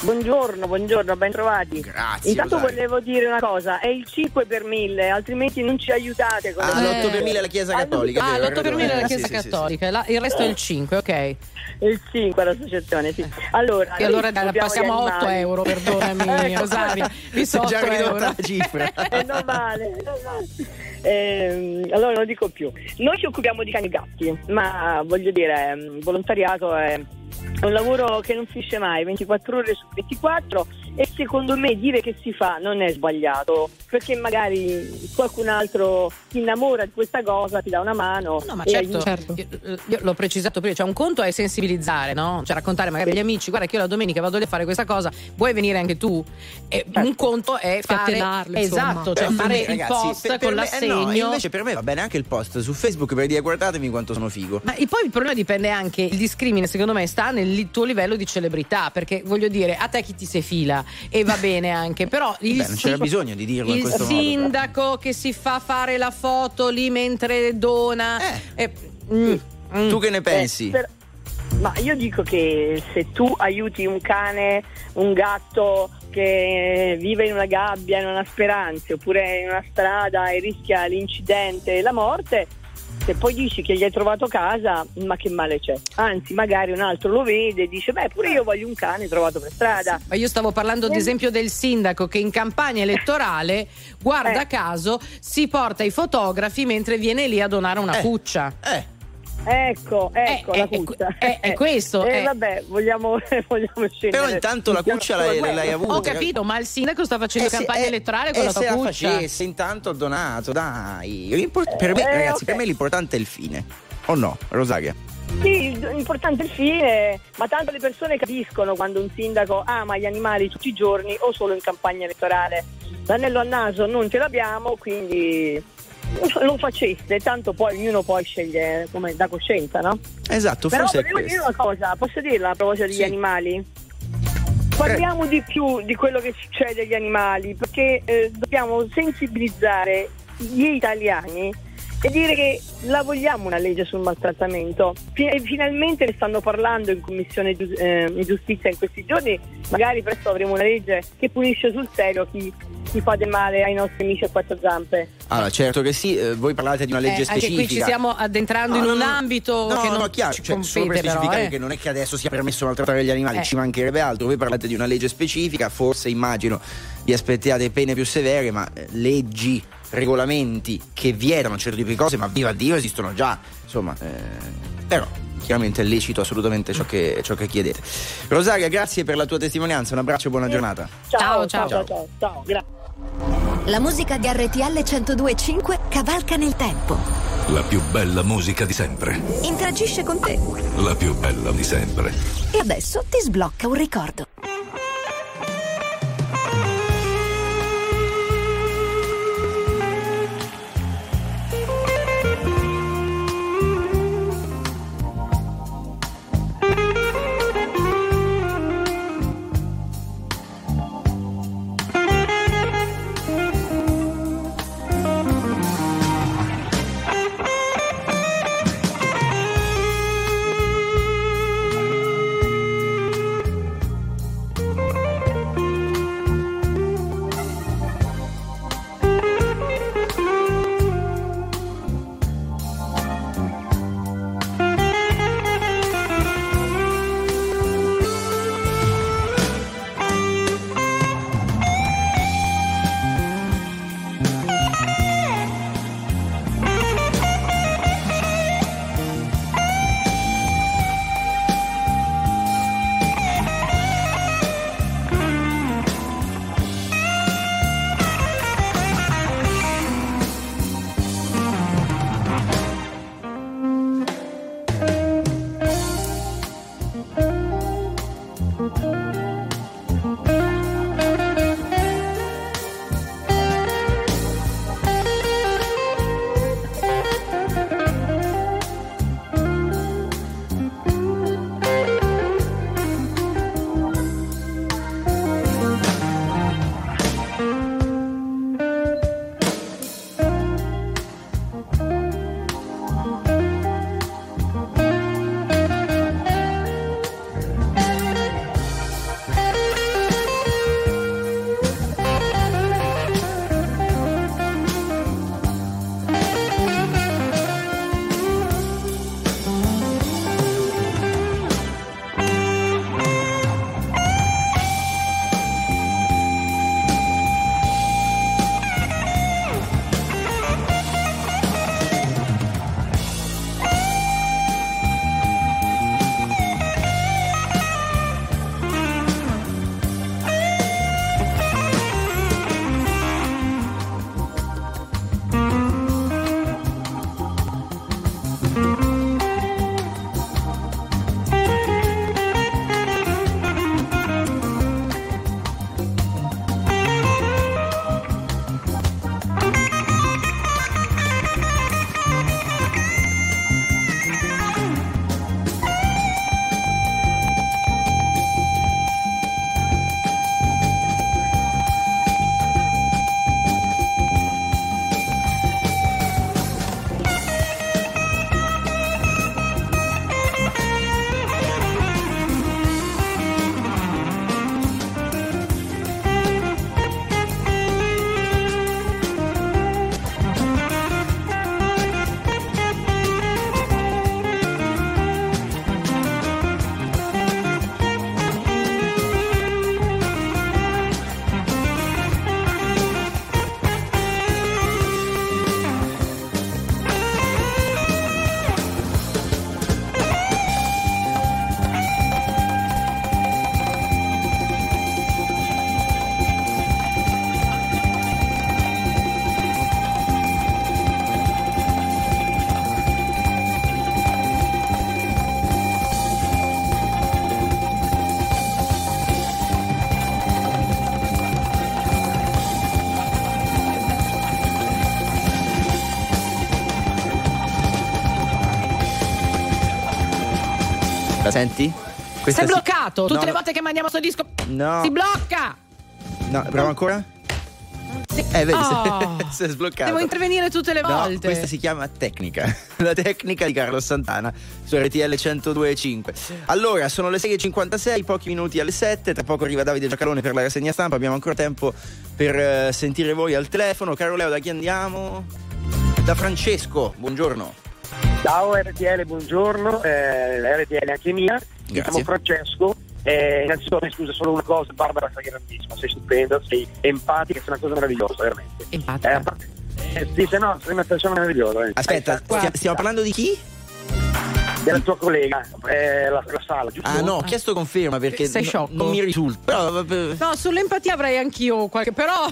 Buongiorno, buongiorno, ben trovati. Grazie. Intanto Rosario. volevo dire una cosa, è il cinque per mille, altrimenti non ci aiutate con Ah, le- l'otto per mille è la Chiesa Cattolica. Ah, vero, l'otto per hai mille ragione. della Chiesa Sì, sì, sì, Cattolica, la- il resto è il cinque, ok. il cinque all'associazione, sì. Allora, E allora noi passiamo a gli otto animali. euro, perdonami, Ecco. Rosario. Vi Sei so già otto ridotta euro. la cifra. Eh, non male, non male. Ehm, allora non dico più. Noi ci occupiamo di cani e gatti, ma voglio dire, ehm, volontariato è un lavoro che non finisce mai, ventiquattro ore su ventiquattro, e secondo me dire che si fa non è sbagliato, perché magari qualcun altro si innamora di questa cosa, ti dà una mano. No, ma e certo, aiuta. io, io l'ho precisato prima, cioè un conto è sensibilizzare, no? Cioè raccontare magari agli amici, guarda che io la domenica vado lì a fare questa cosa, vuoi venire anche tu? E un conto è fare Scatenarlo, insomma. esatto, cioè Però per fare me, il ragazzi, post per- per con me- eh, l'assegno. no, invece per me va bene anche il post su Facebook per dire guardatemi quanto sono figo. Ma e poi il problema dipende anche, il discrimine secondo me sta nel li- tuo livello di celebrità, perché voglio dire, a te chi ti si fila e va bene anche, però il, Beh, non c'era si- bisogno di dirlo in il questo modo. sindaco che si fa fare la foto lì mentre dona. eh, mm, mm. Tu che ne pensi? Eh, per- Ma io dico che se tu aiuti un cane, un gatto che vive in una gabbia, in una speranza, oppure in una strada e rischia l'incidente e la morte, se poi dici che gli hai trovato casa, ma che male c'è? Anzi, magari un altro lo vede e dice, beh, pure io voglio un cane trovato per strada. Ma io stavo parlando ad esempio del sindaco che in campagna elettorale, guarda Eh. caso, si porta i fotografi mentre viene lì a donare una cuccia. Ecco, ecco Eh, la eh, cuccia. eh, è questo, E eh. vabbè, vogliamo, vogliamo scendere. Però intanto la cuccia l'hai, l'hai avuta. Ho capito, ma il sindaco sta facendo Eh sì, campagna eh, elettorale con e la se tua la cuccia. facesse, intanto ho donato, dai. L'import- per me, Eh, ragazzi, ok. per me l'importante è il fine. O no, Rosaria? Sì, l'importante è il fine, ma tanto le persone capiscono quando un sindaco ama gli animali tutti i giorni o solo in campagna elettorale. L'anello al naso non ce l'abbiamo, quindi lo faceste, tanto poi ognuno poi sceglie come da coscienza, no? Esatto, Però forse è volevo dire questo. una cosa, posso dirla a proposito degli Sì. animali? Parliamo di più di quello che succede agli animali, perché eh, dobbiamo sensibilizzare gli italiani e dire che la vogliamo una legge sul maltrattamento. Fi- e finalmente ne stanno parlando in Commissione giu- eh, in Giustizia in questi giorni, magari presto avremo una legge che punisce sul serio chi, chi fa del male ai nostri amici a quattro zampe. Allora, certo che sì, eh, voi parlate di una legge Eh, anche specifica. qui ci stiamo addentrando in No, un no, no. ambito No, che no, non chiaro, ci cioè, solo per compete però, specificare eh. che non è che adesso sia permesso maltrattare gli animali, Eh. ci mancherebbe altro. Voi parlate di una legge specifica, forse immagino vi aspettiate pene più severe, ma eh, leggi, regolamenti che vietano un certo tipo di cose, ma viva Dio, esistono già. Insomma, eh, però chiaramente è lecito assolutamente ciò che, ciò che chiedete. Rosaria, grazie per la tua testimonianza, un abbraccio e buona giornata. Ciao, Ciao, ciao, ciao, ciao, ciao, grazie. La musica di R T L centodue e cinque cavalca nel tempo. La più bella musica di sempre. Interagisce con te. La più bella di sempre. E adesso ti sblocca un ricordo. La senti? Questa Sei si... bloccato. Tutte no, le volte che mandiamo sto disco no. si blocca. No, proviamo ancora? Sì. Eh, vedi, Oh. si è sbloccato. Devo intervenire tutte le No, volte. questa si chiama tecnica. La tecnica di Carlo Santana su R T L centodue e cinque. Allora, sono le sei e cinquantasei, pochi minuti alle sette. Tra poco arriva Davide Giacalone per la rassegna stampa. Abbiamo ancora tempo per uh, sentire voi al telefono. Caro Leo, da chi andiamo? Da Francesco, buongiorno. Ciao R T L, buongiorno. Eh, R T L anche mia. Mi chiamo Francesco. Eh, innanzitutto mi scusa solo una cosa, Barbara sei grandissima, sei stupenda, sei empatica, sei una cosa meravigliosa, veramente. Empatica? Eh, sì, se no, sei una persona meravigliosa. Eh. Aspetta, stia, stiamo parlando di chi? Della tua collega, eh, la, la sala, giusto? Ah no, ho chiesto conferma perché Sei no, sciocco. non mi risulta. Però, no, sull'empatia avrei anch'io qualche, però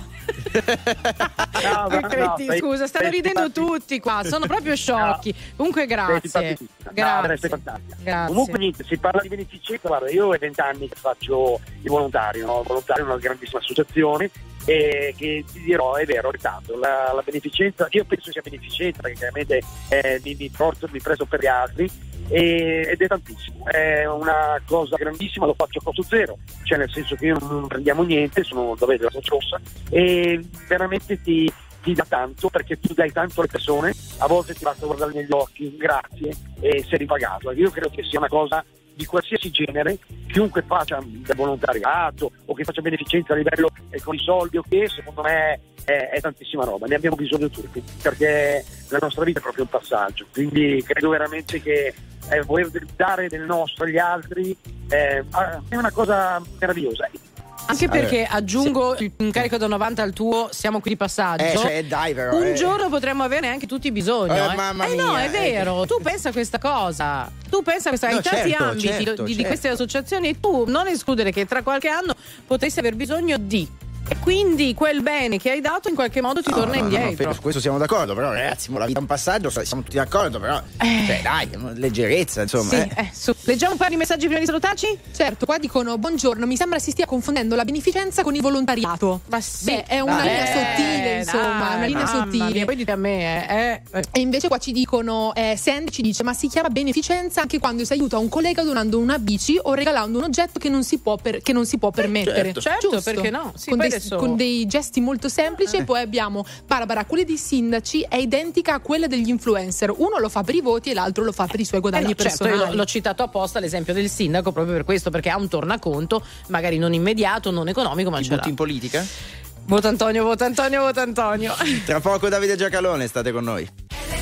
no, no, no, no, sei, scusa, stanno ridendo simpatico. tutti qua, sono proprio sciocchi. No. Comunque grazie. Grazie. Grazie. No, grazie. Comunque niente, si parla di beneficenza, guarda, io ho vent'anni che faccio il volontario, no? Il volontario è una grandissima associazione e che ti dirò, è vero, tanto la, la beneficenza, io penso sia beneficenza perché chiaramente eh, mi, mi porto, mi preso per gli altri e, ed è tantissimo, è una cosa grandissima, lo faccio a costo zero, cioè nel senso che io non prendiamo niente, sono dove della Croce Rossa e veramente ti ti dà tanto perché tu dai tanto alle persone, a volte ti basta guardare negli occhi, grazie, e sei ripagato. Io credo che sia una cosa di qualsiasi genere, chiunque faccia del volontariato o che faccia beneficenza a livello eh, con i soldi o che, secondo me è, è tantissima roba, ne abbiamo bisogno tutti, perché la nostra vita è proprio un passaggio, quindi credo veramente che eh, voler dare del nostro agli altri eh, è una cosa meravigliosa. Anche perché allora, aggiungo sì. un carico da novanta al tuo, siamo qui di passaggio. Eh, cioè, dai, però, un eh. giorno potremmo averne anche tutti bisogno. Eh, Eh, mamma eh no, mia, è vero. Tu pensa a questa cosa. Tu pensa a questa No, in tanti certo, ambiti certo, di, di certo. queste associazioni e tu non escludere che tra qualche anno potessi aver bisogno di. E quindi quel bene che hai dato in qualche modo ti No, torna no, no, indietro. no, su questo siamo d'accordo, però ragazzi, la vita è un passaggio, siamo tutti d'accordo, però Eh. cioè, dai, leggerezza, insomma. Sì, eh. eh, su. Leggiamo un paio di messaggi prima di salutarci? Certo, qua dicono buongiorno, mi sembra si stia confondendo la beneficenza con il volontariato. Ma sì. Beh, è una Beh, linea sottile, insomma, dai, una linea mamma sottile. mia, poi dite a me, eh, eh. E invece qua ci dicono, eh, Sandy ci dice, ma si chiama beneficenza anche quando si aiuta un collega donando una bici o regalando un oggetto che non si può, per, che non si può permettere. certo, certo, Giusto? perché no? Sì, con, poi dei, adesso- con dei gesti molto semplici. E poi abbiamo Barbara, quella dei sindaci è identica a quella degli influencer. Uno lo fa per i voti e l'altro lo fa per i suoi Eh guadagni no, certo, personali. io l'ho, l'ho citato apposta l'esempio del sindaco proprio per questo, perché ha un tornaconto, magari non immediato, non economico, ma Ti ce l'ha. butti in politica? Vota Antonio, vota Antonio, vota Antonio. Tra poco Davide Giacalone, state con noi.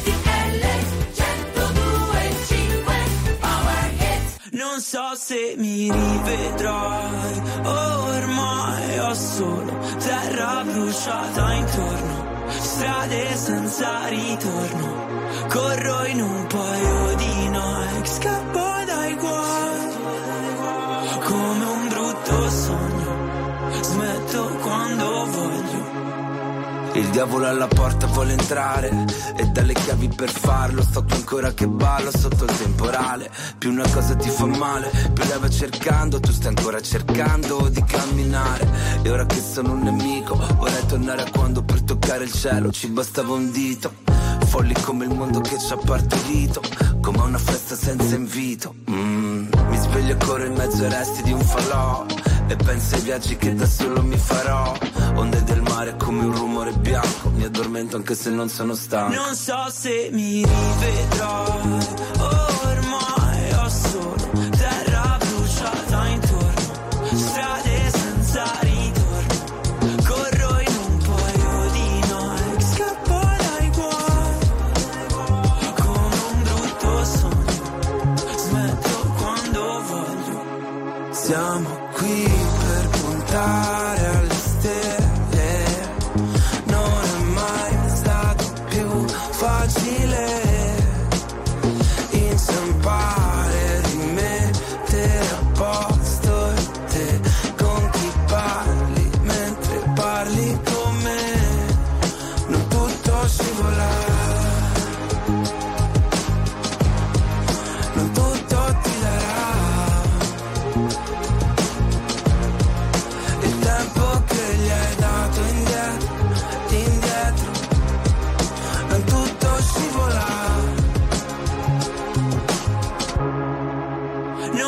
Non so se mi rivedrai, ormai ho solo terra bruciata intorno, strade senza ritorno, corro in un paio di Nike, scappo dai guai, come un brutto sogno, smetto quando voglio. Il diavolo alla porta vuole entrare e dalle chiavi per farlo. Sto qui ancora che ballo sotto il temporale. Più una cosa ti fa male, più la vai cercando. Tu stai ancora cercando di camminare. E ora che sono un nemico vorrei tornare a quando per toccare il cielo ci bastava un dito. Folli come il mondo che ci ha partorito, come una festa senza invito. mm. Mi sveglio e corro in mezzo ai resti di un falò e penso ai viaggi che da solo mi farò. Onde del mare come un rumore bianco, mi addormento anche se non sono stanco. Non so se mi rivedrai, ormai ho solo terra bruciata intorno, strade senza ritorno, corro in un paio di Nike, scappo dai guai, come un brutto sogno, smetto quando voglio. Siamo qui per puntare alle stelle, non è mai stato più facile inciampare, rimettere a posto te con chi parli mentre parli con me, non tutto scivola, non tutto ti darà il tempo che gli hai dato indietro, indietro, non tutto scivola.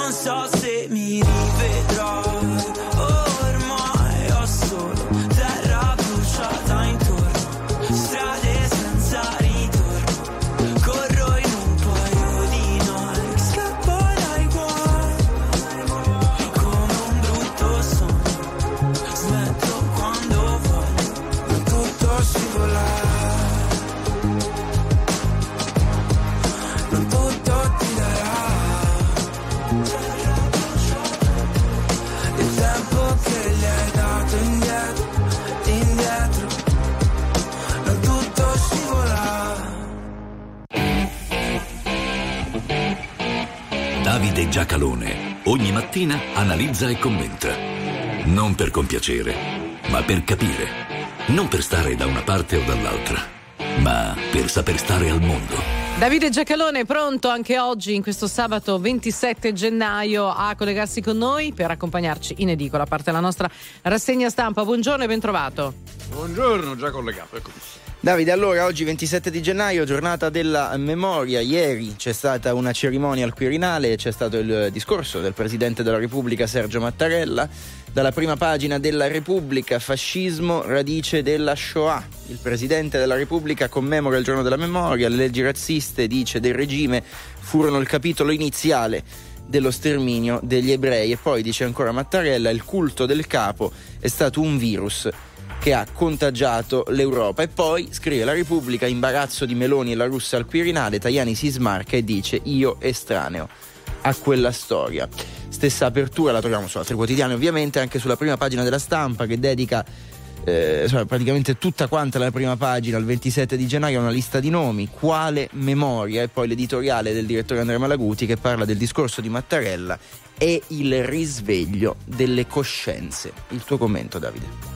Giacalone ogni mattina analizza e commenta. Non per compiacere, ma per capire. Non per stare da una parte o dall'altra, ma per saper stare al mondo. Davide Giacalone è pronto anche oggi, in questo sabato ventisette gennaio, a collegarsi con noi per accompagnarci in edicola, a parte la nostra rassegna stampa. Buongiorno e ben trovato. Buongiorno, già collegato, eccomi. Davide, allora oggi ventisette di gennaio, giornata della memoria. Ieri c'è stata una cerimonia al Quirinale, c'è stato il discorso del Presidente della Repubblica Sergio Mattarella. Dalla prima pagina della Repubblica: fascismo, radice della Shoah. Il Presidente della Repubblica commemora il giorno della memoria. Le leggi razziste, dice, del regime furono il capitolo iniziale dello sterminio degli ebrei. E poi, dice ancora Mattarella, il culto del capo è stato un virus che ha contagiato l'Europa. E poi scrive la Repubblica: imbarazzo di Meloni e la Russa al Quirinale, Tajani si smarca e dice io estraneo a quella storia. Stessa apertura la troviamo su altri quotidiani, ovviamente, anche sulla prima pagina della Stampa, che dedica eh, insomma, praticamente tutta quanta la prima pagina al ventisette di gennaio, una lista di nomi, quale memoria. E poi l'editoriale del direttore Andrea Malaguti, che parla del discorso di Mattarella e il risveglio delle coscienze. Il tuo commento, Davide?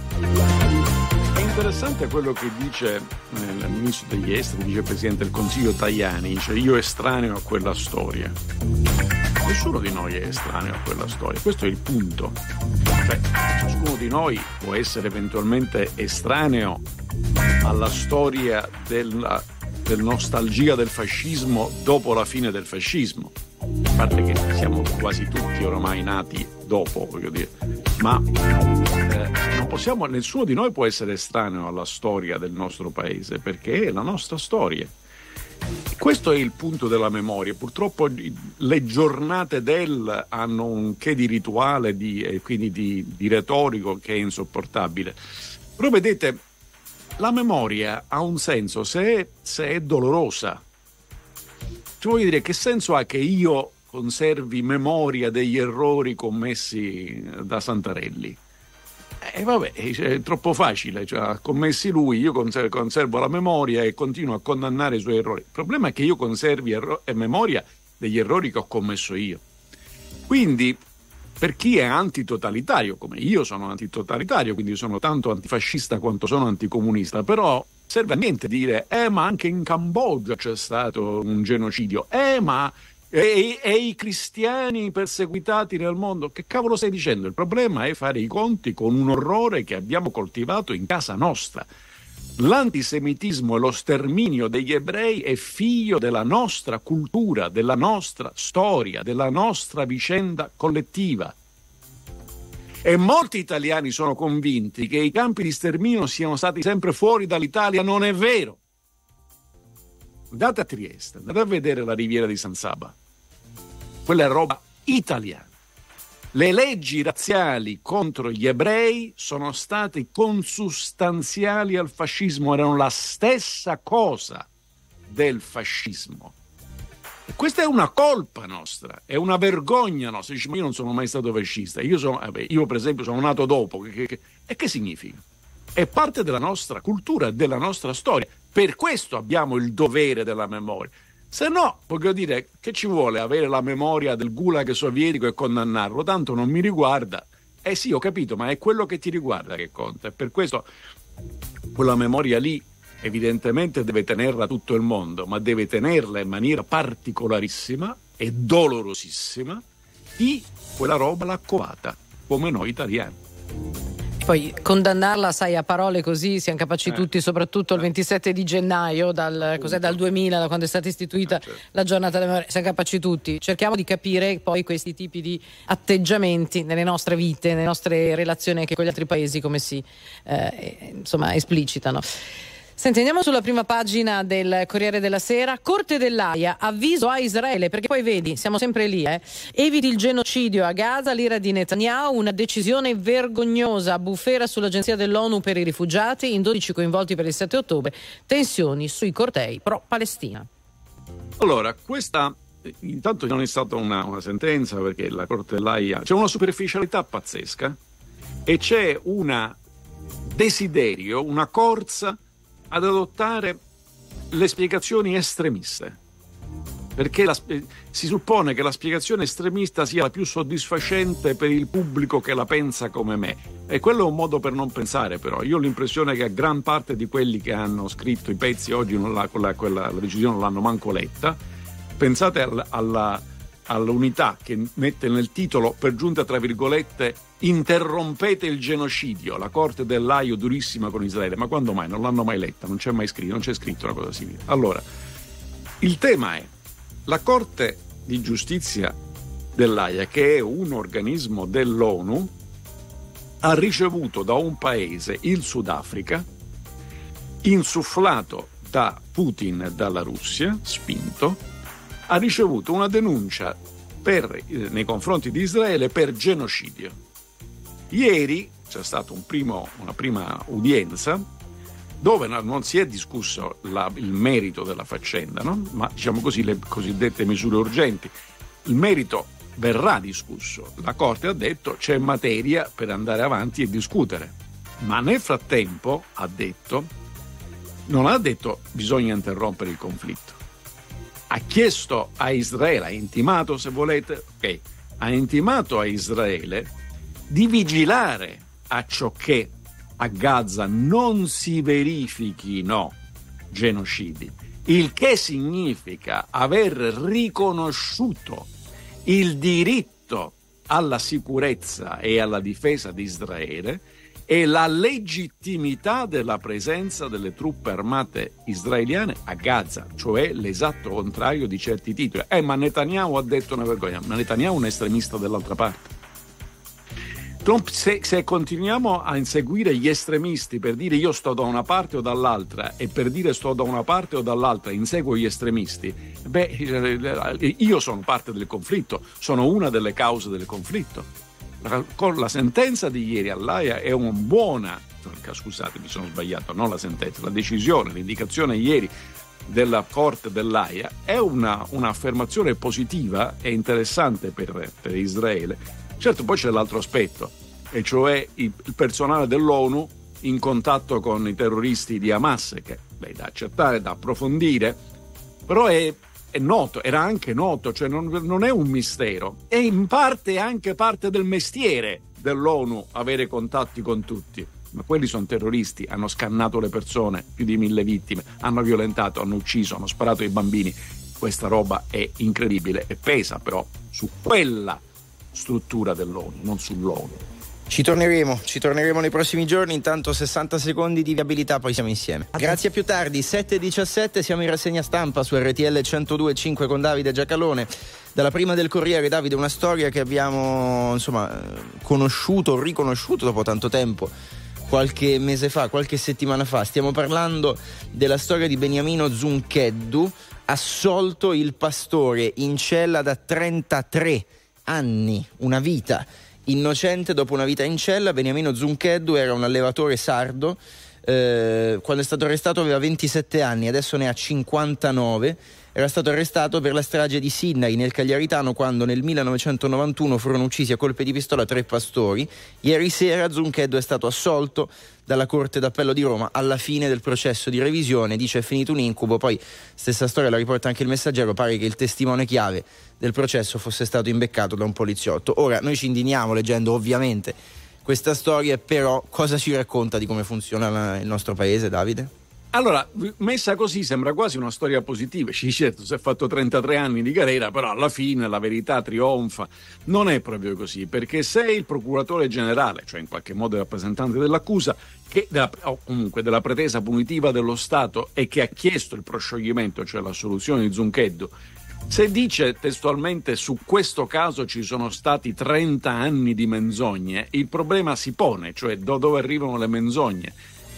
È interessante quello che dice eh, il ministro degli esteri, dice il Presidente del Consiglio Tajani, dice io estraneo a quella storia. Nessuno di noi è estraneo a quella storia, questo è il punto. Cioè, ciascuno di noi può essere eventualmente estraneo alla storia della, del nostalgia del fascismo dopo la fine del fascismo. A parte che siamo quasi tutti oramai nati dopo, voglio dire, ma eh, non possiamo, nessuno di noi può essere estraneo alla storia del nostro paese, perché è la nostra storia. Questo è il punto della memoria. Purtroppo le giornate del hanno un che di rituale di, e quindi di, di retorico che è insopportabile. Però vedete, la memoria ha un senso se è, se è dolorosa. Cioè, voglio dire, che senso ha che io conservi memoria degli errori commessi da Santarelli? E eh, vabbè, è troppo facile, cioè, ha commessi lui, io conservo, conservo la memoria e continuo a condannare i suoi errori. Il problema è che io conservi erro- memoria degli errori che ho commesso io. Quindi, per chi è antitotalitario, come io sono antitotalitario, quindi sono tanto antifascista quanto sono anticomunista, però serve a niente dire, eh ma anche in Cambogia c'è stato un genocidio, eh ma e, e i cristiani perseguitati nel mondo, che cavolo stai dicendo? Il problema è fare i conti con un orrore che abbiamo coltivato in casa nostra. L'antisemitismo e lo sterminio degli ebrei è figlio della nostra cultura, della nostra storia, della nostra vicenda collettiva. E molti italiani sono convinti che i campi di sterminio siano stati sempre fuori dall'Italia. Non è vero. Andate a Trieste, andate a vedere la riviera di San Saba. Quella è roba italiana. Le leggi razziali contro gli ebrei sono state consustanziali al fascismo, erano la stessa cosa del fascismo. E questa è una colpa nostra, è una vergogna nostra. Dici, ma io non sono mai stato fascista, io, sono, vabbè, io per esempio sono nato dopo. Che, che, e che significa? È parte della nostra cultura, della nostra storia. Per questo abbiamo il dovere della memoria. Se no, voglio dire, che ci vuole avere la memoria del gulag sovietico e condannarlo? Tanto non mi riguarda. Eh sì, ho capito, ma è quello che ti riguarda che conta. E per questo quella memoria lì evidentemente deve tenerla tutto il mondo, ma deve tenerla in maniera particolarissima e dolorosissima chi quella roba l'ha covata, come noi italiani. Poi condannarla, sai, a parole così siamo capaci eh. tutti, soprattutto il ventisette di gennaio, dal, cos'è, dal duemila, da quando è stata istituita eh, certo. la giornata della memoria, siamo capaci tutti. Cerchiamo di capire poi questi tipi di atteggiamenti nelle nostre vite, nelle nostre relazioni anche con gli altri paesi, come si eh, insomma esplicitano. Senti, andiamo sulla prima pagina del Corriere della Sera. Corte dell'Aia, avviso a Israele, perché poi vedi, siamo sempre lì, eh. Eviti il genocidio a Gaza, l'ira di Netanyahu, una decisione vergognosa, bufera sull'agenzia dell'ONU per i rifugiati, in dodici coinvolti per il sette ottobre, tensioni sui cortei pro-Palestina. Allora, questa intanto non è stata una, una sentenza, perché la Corte dell'Aia c'è una superficialità pazzesca e c'è un desiderio, una corsa ad adottare le spiegazioni estremiste. perché la, si suppone che la spiegazione estremista sia la più soddisfacente per il pubblico che la pensa come me, e quello è un modo per non pensare. Però io ho l'impressione che gran parte di quelli che hanno scritto i pezzi oggi non la, quella, quella, la decisione non l'hanno manco letta. Pensate alla, alla, all'unità che mette nel titolo, per giunta tra virgolette, interrompete il genocidio, la corte dell'Aio durissima con Israele. Ma quando mai? Non l'hanno mai letta, non c'è mai scritto, non c'è scritto una cosa simile. Allora, il tema è: la Corte di Giustizia dell'Aia, che è un organismo dell'ONU, ha ricevuto da un paese, il Sudafrica, insufflato da Putin e dalla Russia, spinto, ha ricevuto una denuncia per, nei confronti di Israele per genocidio. Ieri c'è stata un primo, una prima udienza dove non si è discusso la, il merito della faccenda, no? Ma diciamo così le cosiddette misure urgenti. Il merito verrà discusso. La Corte ha detto c'è materia per andare avanti e discutere. Ma nel frattempo ha detto, non ha detto bisogna interrompere il conflitto. Ha chiesto a Israele, ha intimato, se volete, ok, ha intimato a Israele di vigilare a ciò che a Gaza non si verifichino genocidi, il che significa aver riconosciuto il diritto alla sicurezza e alla difesa di Israele e la legittimità della presenza delle truppe armate israeliane a Gaza, cioè l'esatto contrario di certi titoli. Eh, ma Netanyahu ha detto una vergogna, ma Netanyahu è un estremista dall'altra parte. Se, se continuiamo a inseguire gli estremisti per dire io sto da una parte o dall'altra, e per dire sto da una parte o dall'altra inseguo gli estremisti, beh, io sono parte del conflitto, sono una delle cause del conflitto. Con la sentenza di ieri all'Aia è una buona, scusate mi sono sbagliato, non la sentenza, la decisione, l'indicazione ieri della Corte dell'Aia è una, un'affermazione positiva e interessante per, per Israele. Certo, poi c'è l'altro aspetto, e cioè il, il personale dell'ONU in contatto con i terroristi di Hamas, che beh, da accertare, da approfondire, però è, è noto, era anche noto, cioè non, non è un mistero, è in parte anche parte del mestiere dell'ONU avere contatti con tutti. Ma quelli sono terroristi, hanno scannato le persone, più di mille vittime, hanno violentato, hanno ucciso, hanno sparato ai bambini. Questa roba è incredibile e pesa però su quella struttura dell'ONU, non sull'ONU. Ci torneremo, ci torneremo nei prossimi giorni. Intanto sessanta secondi di viabilità, poi siamo insieme. Grazie, a più tardi, sette e diciassette, siamo in rassegna stampa su R T L centodue e cinque con Davide Giacalone. Dalla prima del Corriere, Davide, una storia che abbiamo insomma conosciuto, riconosciuto dopo tanto tempo, qualche mese fa, qualche settimana fa. Stiamo parlando della storia di Beniamino Zuncheddu, assolto il pastore in cella da trentatré anni, una vita innocente dopo una vita in cella. Beniamino Zuncheddu era un allevatore sardo, eh, quando è stato arrestato aveva ventisette anni, adesso ne ha cinquantanove. Era stato arrestato per la strage di Sinnai nel Cagliaritano, quando nel millenovecentonovantuno furono uccisi a colpi di pistola tre pastori. Ieri sera Zuncheddu è stato assolto dalla Corte d'Appello di Roma alla fine del processo di revisione. Dice è finito un incubo. Poi stessa storia la riporta anche il Messaggero, pare che il testimone chiave del processo fosse stato imbeccato da un poliziotto. Ora noi ci indigniamo leggendo ovviamente questa storia, però cosa ci racconta di come funziona il nostro paese, Davide? Allora, messa così sembra quasi una storia positiva. Sì, certo, si è fatto trentatré anni di carriera, però alla fine la verità trionfa. Non è proprio così, perché se il procuratore generale, cioè in qualche modo il rappresentante dell'accusa, che della, o comunque della pretesa punitiva dello Stato, e che ha chiesto il proscioglimento, cioè l'assoluzione di Zuncheddu, se dice testualmente su questo caso ci sono stati trenta anni di menzogne, il problema si pone, cioè da dove arrivano le menzogne.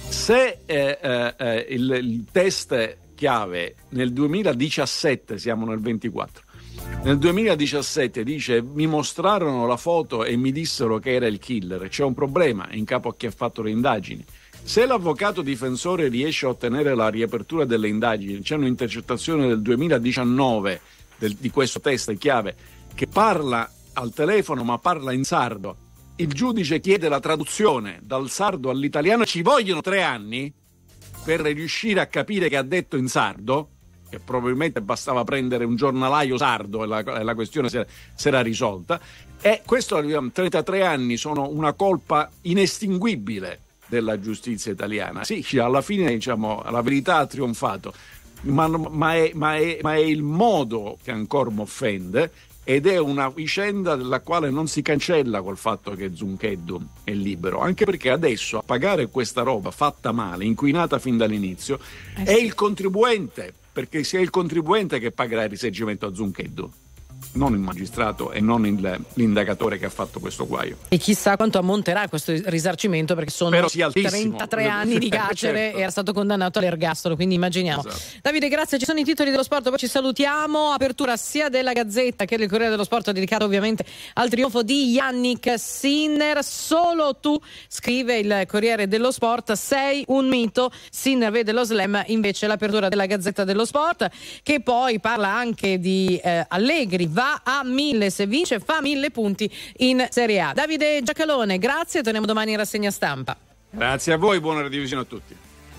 Se eh, eh, il, il test chiave nel duemiladiciassette, siamo nel ventiquattro, nel duemiladiciassette dice mi mostrarono la foto e mi dissero che era il killer, c'è un problema in capo a chi ha fatto le indagini. Se l'avvocato difensore riesce a ottenere la riapertura delle indagini, c'è un'intercettazione del duemiladiciannove del, di questo test chiave che parla al telefono ma parla in sardo. Il giudice chiede la traduzione dal sardo all'italiano, ci vogliono tre anni per riuscire a capire che ha detto in sardo, che probabilmente bastava prendere un giornalaio sardo e la, la questione si era, si era risolta. E questo, trentatré anni sono una colpa inestinguibile della giustizia italiana. Sì, alla fine, diciamo, la verità ha trionfato, ma, ma, è, ma, è, ma è il modo che ancora mi offende, ed è una vicenda della quale non si cancella col fatto che Zuncheddu è libero, anche perché adesso a pagare questa roba fatta male, inquinata fin dall'inizio, eh sì. è il contribuente, perché sia il contribuente che pagherà il riseggimento a Zuncheddu, non il magistrato e non il, l'indagatore che ha fatto questo guaio. E chissà quanto ammonterà questo risarcimento, perché sono trentatré anni di carcere certo. e era stato condannato all'ergastolo, quindi immaginiamo. Esatto. Davide, grazie, ci sono i titoli dello sport, poi ci salutiamo. Apertura sia della Gazzetta che del Corriere dello Sport, dedicato ovviamente al trionfo di Yannick Sinner. Solo tu, scrive il Corriere dello Sport, sei un mito. Sinner vede lo slam, invece l'apertura della Gazzetta dello Sport, che poi parla anche di eh, Allegri, va a mille, se vince fa mille punti in Serie A. Davide Giacalone, grazie, torniamo domani in rassegna stampa. Grazie a voi, buona revisione a tutti.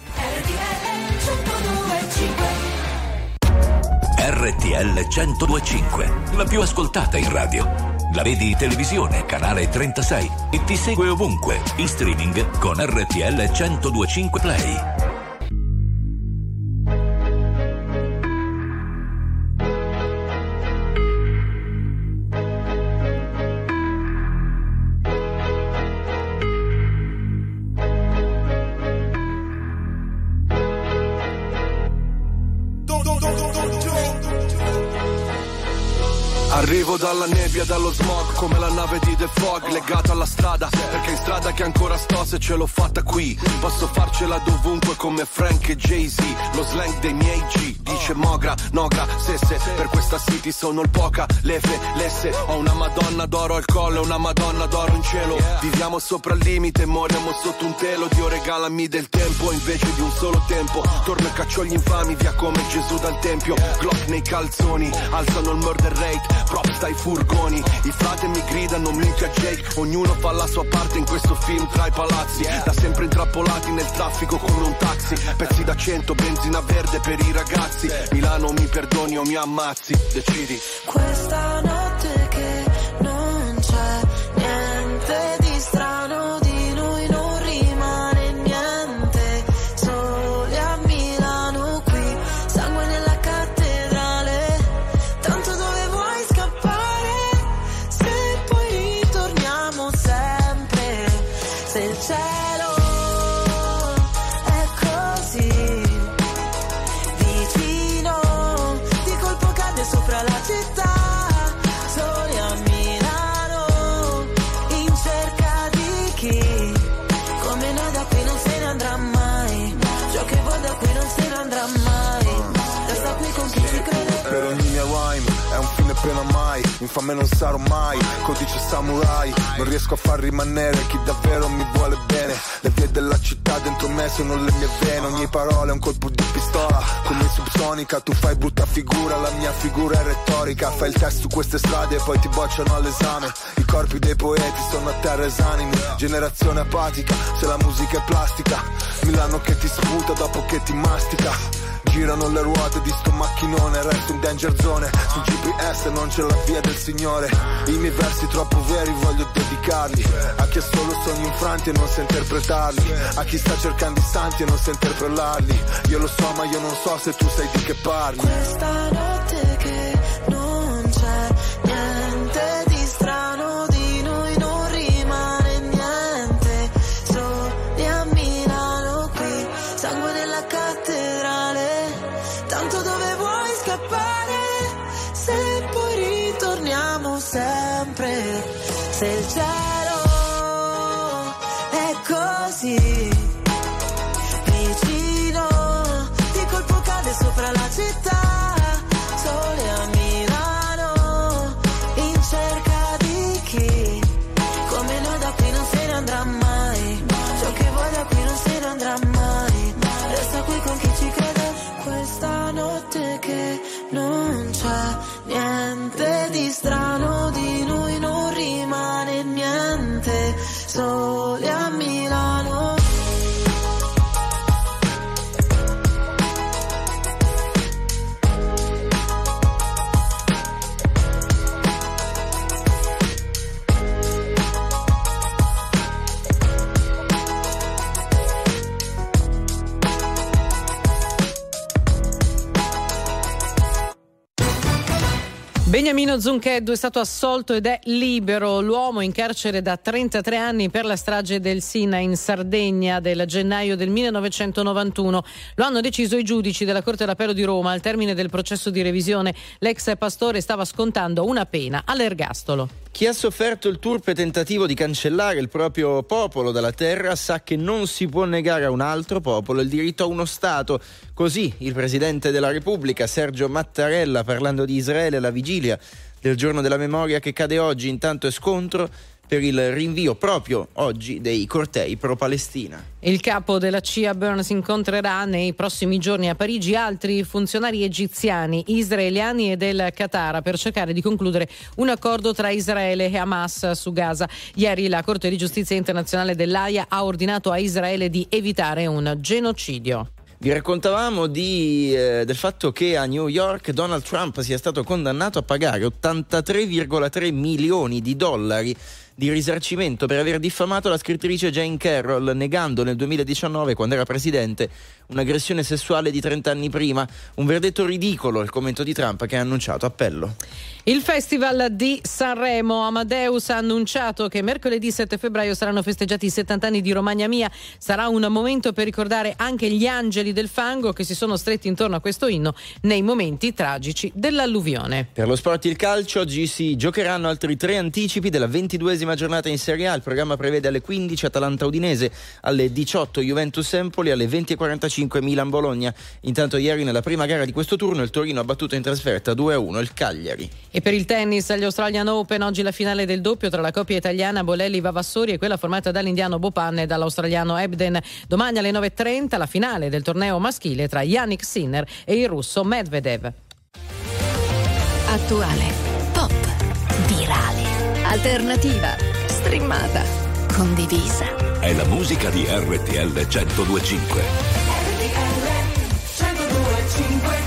R T L centodue e cinque, la più ascoltata in radio. La vedi in televisione, canale trentasei, e ti segue ovunque, in streaming con R T L centodue e cinque Play. Arrivo dalla nebbia, dallo smog, come la nave di The Fog, legata alla strada, perché in strada che ancora sto, se ce l'ho fatta qui, posso farcela dovunque come Frank e Jay-Z, lo slang dei miei G, dice Mogra, Nogra, Sesse, per questa city sono il poca, lefe, lesse, ho una madonna d'oro al collo e una madonna d'oro in cielo, viviamo sopra il limite, moriamo sotto un telo, Dio regalami del tempo invece di un solo tempo, torno e caccio gli infami via come Gesù dal tempio, Glock nei calzoni, alzano il murder rate, props dai furgoni, i frate mi gridano minchia Jake, ognuno fa la sua parte in questo film tra i palazzi, da sempre intrappolati nel traffico come un taxi, pezzi da cento, benzina verde per i ragazzi, Milano mi perdoni o mi ammazzi, decidi. Questa notte che non c'è niente di strano, di noi non rimane niente, soli a Milano qui, sangue nella cattedrale, tanto dove vuoi scappare, se poi ritorniamo sempre, se il cielo è così vicino, di colpo cade sopra la città, soli a Milano, in cerca di chi, come noi da qui non se ne andrà mai, ciò che vuoi da qui non se ne andrà mai, resta qui con chi ci crede. Per ogni mia rhyme è un fine pena mai, infame non sarò mai, codice samurai, non riesco a far rimanere chi davvero mi vuole bene, le vie della città dentro me sono le mie vene, ogni parola è un colpo di pistola, come subsonica, tu fai brutta figura, la mia figura è retorica, fai il test su queste strade e poi ti bocciano all'esame, i corpi dei poeti sono a terra esanimi, generazione apatica, se la musica è plastica, Milano che ti sputa dopo che ti mastica. Girano le ruote di sto macchinone, resto in danger zone, sul G P S non c'è la via del Signore, i miei versi troppo veri voglio dedicarli, a chi ha solo sogni infranti e non sa interpretarli, a chi sta cercando i santi e non sa interpellarli, io lo so ma io non so se tu sai di che parli. Questa notte che non c'è niente di strano, di noi non rimane niente, soli a Milano qui, sangue nella cattedrale, tanto dove vuoi scappare, se poi ritorniamo sempre, se il cielo è così vicino, di colpo cade sopra la città, sole a Milano, in cerca di chi, come noi da qui non se ne andrà mai, ciò che vuoi da qui non se ne andrà mai, resta qui con chi ci crede. Questa notte che non c'è niente di strano, di noi non rimane niente. Beniamino Zuncheddu è stato assolto ed è libero. L'uomo in carcere da trentatré anni per la strage del Sina in Sardegna del gennaio del millenovecentonovantuno. Lo hanno deciso i giudici della Corte d'Appello di Roma. Al termine del processo di revisione, l'ex pastore stava scontando una pena all'ergastolo. Chi ha sofferto il turpe tentativo di cancellare il proprio popolo dalla terra sa che non si può negare a un altro popolo il diritto a uno Stato. Così il Presidente della Repubblica, Sergio Mattarella, parlando di Israele alla vigilia del giorno della memoria che cade oggi, intanto è scontro per il rinvio proprio oggi dei cortei pro-Palestina. Il capo della C I A Burns incontrerà nei prossimi giorni a Parigi altri funzionari egiziani, israeliani e del Qatar per cercare di concludere un accordo tra Israele e Hamas su Gaza. Ieri la Corte di Giustizia Internazionale dell'Aia ha ordinato a Israele di evitare un genocidio. Vi raccontavamo di, eh, del fatto che a New York Donald Trump sia stato condannato a pagare ottantatré virgola tre milioni di dollari di risarcimento per aver diffamato la scrittrice Jane Carroll, negando nel duemiladiciannove, quando era presidente, un'aggressione sessuale di trenta anni prima. Un verdetto ridicolo, il commento di Trump, che ha annunciato appello. Il Festival di Sanremo, Amadeus ha annunciato che mercoledì sette febbraio saranno festeggiati i settanta anni di Romagna Mia. Sarà un momento per ricordare anche gli angeli del fango che si sono stretti intorno a questo inno nei momenti tragici dell'alluvione. Per lo sport, il calcio, oggi si giocheranno altri tre anticipi della ventiduesima giornata in Serie A. Il programma prevede alle quindici Atalanta Udinese, alle diciotto Juventus Empoli, alle venti e quarantacinque Milan Bologna. Intanto ieri nella prima gara di questo turno il Torino ha battuto in trasferta due a uno il Cagliari. E per il tennis agli Australian Open oggi la finale del doppio tra la coppia italiana Bolelli-Vavassori e quella formata dall'indiano Bopan e dall'australiano Ebden. Domani alle nove e trenta la finale del torneo maschile tra Yannick Sinner e il russo Medvedev. Attuale, pop, virale, alternativa, streamata, condivisa. È la musica di R T L centodue e cinque. R T L centodue e cinque.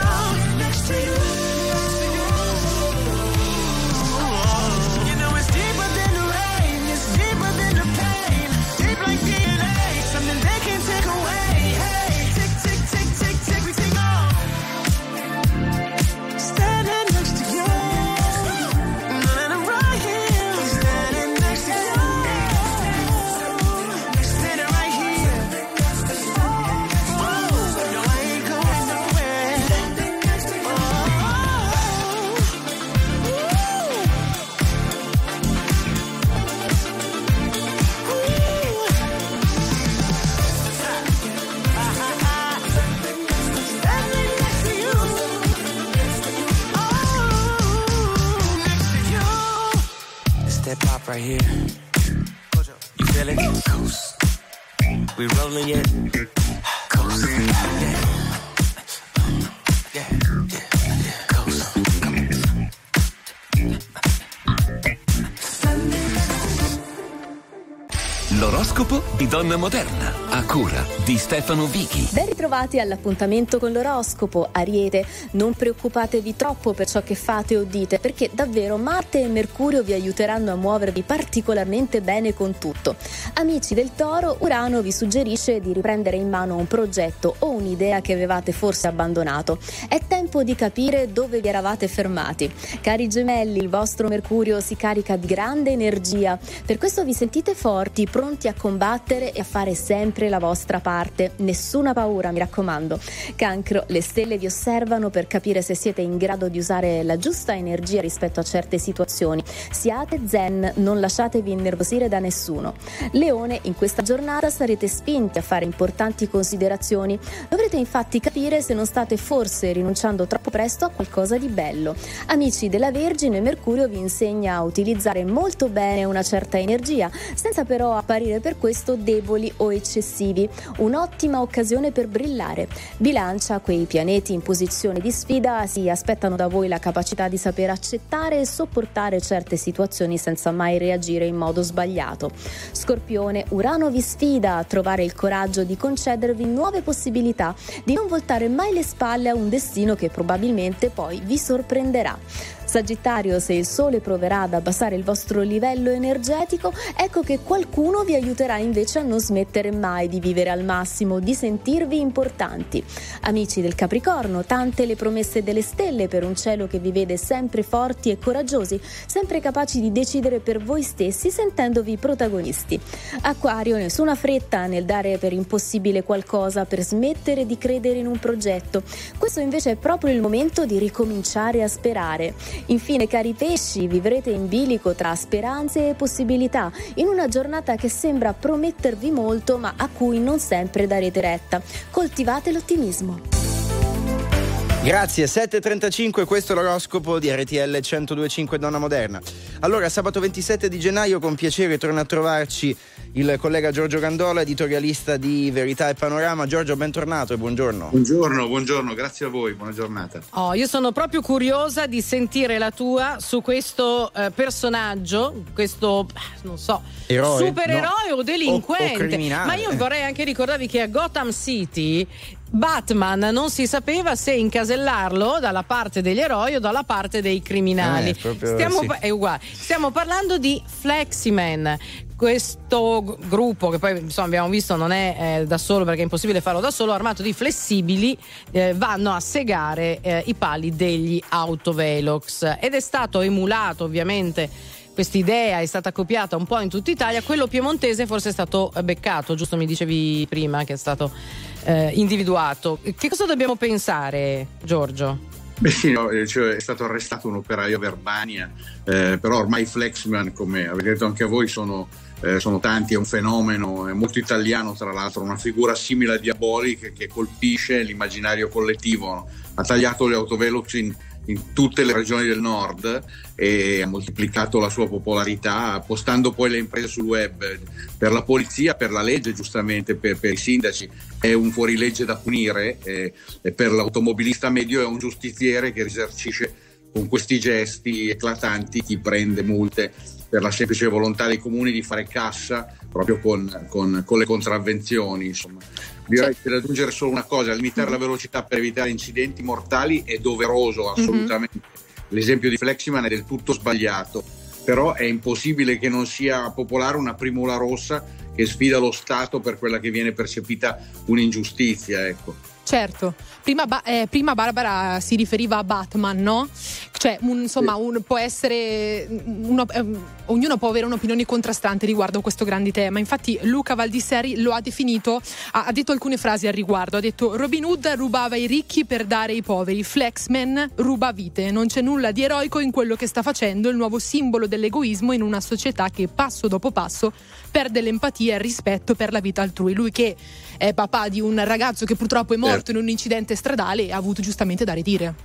You know it's deep right here. You feel it? Coast. We rolling it. Coast. Yeah. Yeah. Yeah. Coast. L'oroscopo di Donna Moderna, a cura di Stefano Vichi. Ben ritrovati all'appuntamento con l'oroscopo. Ariete, non preoccupatevi troppo per ciò che fate o dite, perché davvero Marte e Mercurio vi aiuteranno a muovervi particolarmente bene con tutto. Amici del Toro, Urano vi suggerisce di riprendere in mano un progetto o un'idea che avevate forse abbandonato. È tempo di capire dove vi eravate fermati. Cari Gemelli, il vostro Mercurio si carica di grande energia, per questo vi sentite forti, pronti a combattere e a fare sempre la vostra parte. Nessuna paura, mi raccomando. Cancro, le stelle vi osservano per capire se siete in grado di usare la giusta energia rispetto a certe situazioni. Siate zen, non lasciatevi innervosire da nessuno. Leone, in questa giornata sarete spinti a fare importanti considerazioni. Dovrete infatti capire se non state forse rinunciando troppo presto a qualcosa di bello. Amici della Vergine, Mercurio vi insegna a utilizzare molto bene una certa energia, senza però apparire per questo deboli o eccessivi. Un'ottima occasione per brillare. Bilancia, quei pianeti in posizione di sfida si aspettano da voi la capacità di saper accettare e sopportare certe situazioni senza mai reagire in modo sbagliato. Scorpione, Urano vi sfida a trovare il coraggio di concedervi nuove possibilità, di non voltare mai le spalle a un destino che probabilmente poi vi sorprenderà. Sagittario, se il Sole proverà ad abbassare il vostro livello energetico, ecco che qualcuno vi aiuterà invece a non smettere mai di vivere al massimo, di sentirvi importanti. Amici del Capricorno, tante le promesse delle stelle per un cielo che vi vede sempre forti e coraggiosi, sempre capaci di decidere per voi stessi, sentendovi protagonisti. Acquario, nessuna fretta nel dare per impossibile qualcosa, per smettere di credere in un progetto. Questo invece è proprio il momento di ricominciare a sperare. Infine, cari pesci, vivrete in bilico tra speranze e possibilità, in una giornata che sembra promettervi molto, ma a cui non sempre darete retta. Coltivate l'ottimismo. Grazie, sette e trentacinque, questo è l'oroscopo di R T L centodue e cinque Donna Moderna. Allora, sabato ventisette di gennaio, con piacere torna a trovarci il collega Giorgio Gandola, editorialista di Verità e Panorama. Giorgio, bentornato e buongiorno. Buongiorno, buongiorno, grazie a voi, buona giornata. Oh, io sono proprio curiosa di sentire la tua su questo eh, personaggio, questo, non so, eroe, supereroe no. o delinquente. O, o criminale. Ma io vorrei anche ricordarvi che a Gotham City Batman non si sapeva se incasellarlo dalla parte degli eroi o dalla parte dei criminali. Eh, proprio, Stiamo, sì. È uguale. Stiamo parlando di Fleximan, questo gruppo che poi insomma abbiamo visto non è eh, da solo, perché è impossibile farlo da solo, armato di flessibili, eh, vanno a segare eh, i pali degli autovelox, ed è stato emulato ovviamente. Quest'idea è stata copiata un po' in tutta Italia. Quello piemontese forse è stato beccato, giusto? Mi dicevi prima che è stato eh, individuato. Che cosa dobbiamo pensare, Giorgio? Beh sì, no, cioè è stato arrestato un operaio a Verbania, eh, però ormai Flexman, come avete detto anche voi, sono, eh, sono tanti, è un fenomeno, è molto italiano tra l'altro, una figura simile a Diabolic che colpisce l'immaginario collettivo, no? Ha tagliato le autovelox in in tutte le regioni del nord e ha moltiplicato la sua popolarità, postando poi le imprese sul web. Per la polizia, per la legge, giustamente per, per i sindaci è un fuorilegge da punire, e, e per l'automobilista medio è un giustiziere che risarcisce con questi gesti eclatanti chi prende multe per la semplice volontà dei comuni di fare cassa proprio con, con, con le contravvenzioni. Insomma, direi che per aggiungere solo una cosa: limitare la velocità per evitare incidenti mortali è doveroso, assolutamente. Mm-hmm. L'esempio di Fleximan è del tutto sbagliato, però è impossibile che non sia popolare una primula rossa che sfida lo Stato per quella che viene percepita un'ingiustizia, ecco. Certo, prima, ba- eh, prima Barbara si riferiva a Batman, no? Cioè, un, insomma, un, può essere uno, eh, ognuno può avere un'opinione contrastante riguardo a questo grande tema. Infatti Luca Valdisseri lo ha definito, ha, ha detto alcune frasi al riguardo. Ha detto: Robin Hood rubava i ricchi per dare ai poveri, Flexman ruba vite. Non c'è nulla di eroico in quello che sta facendo, il nuovo simbolo dell'egoismo in una società che passo dopo passo perde l'empatia e il rispetto per la vita altrui. Lui che è papà di un ragazzo che purtroppo è morto in un incidente stradale, ha avuto giustamente da ridire.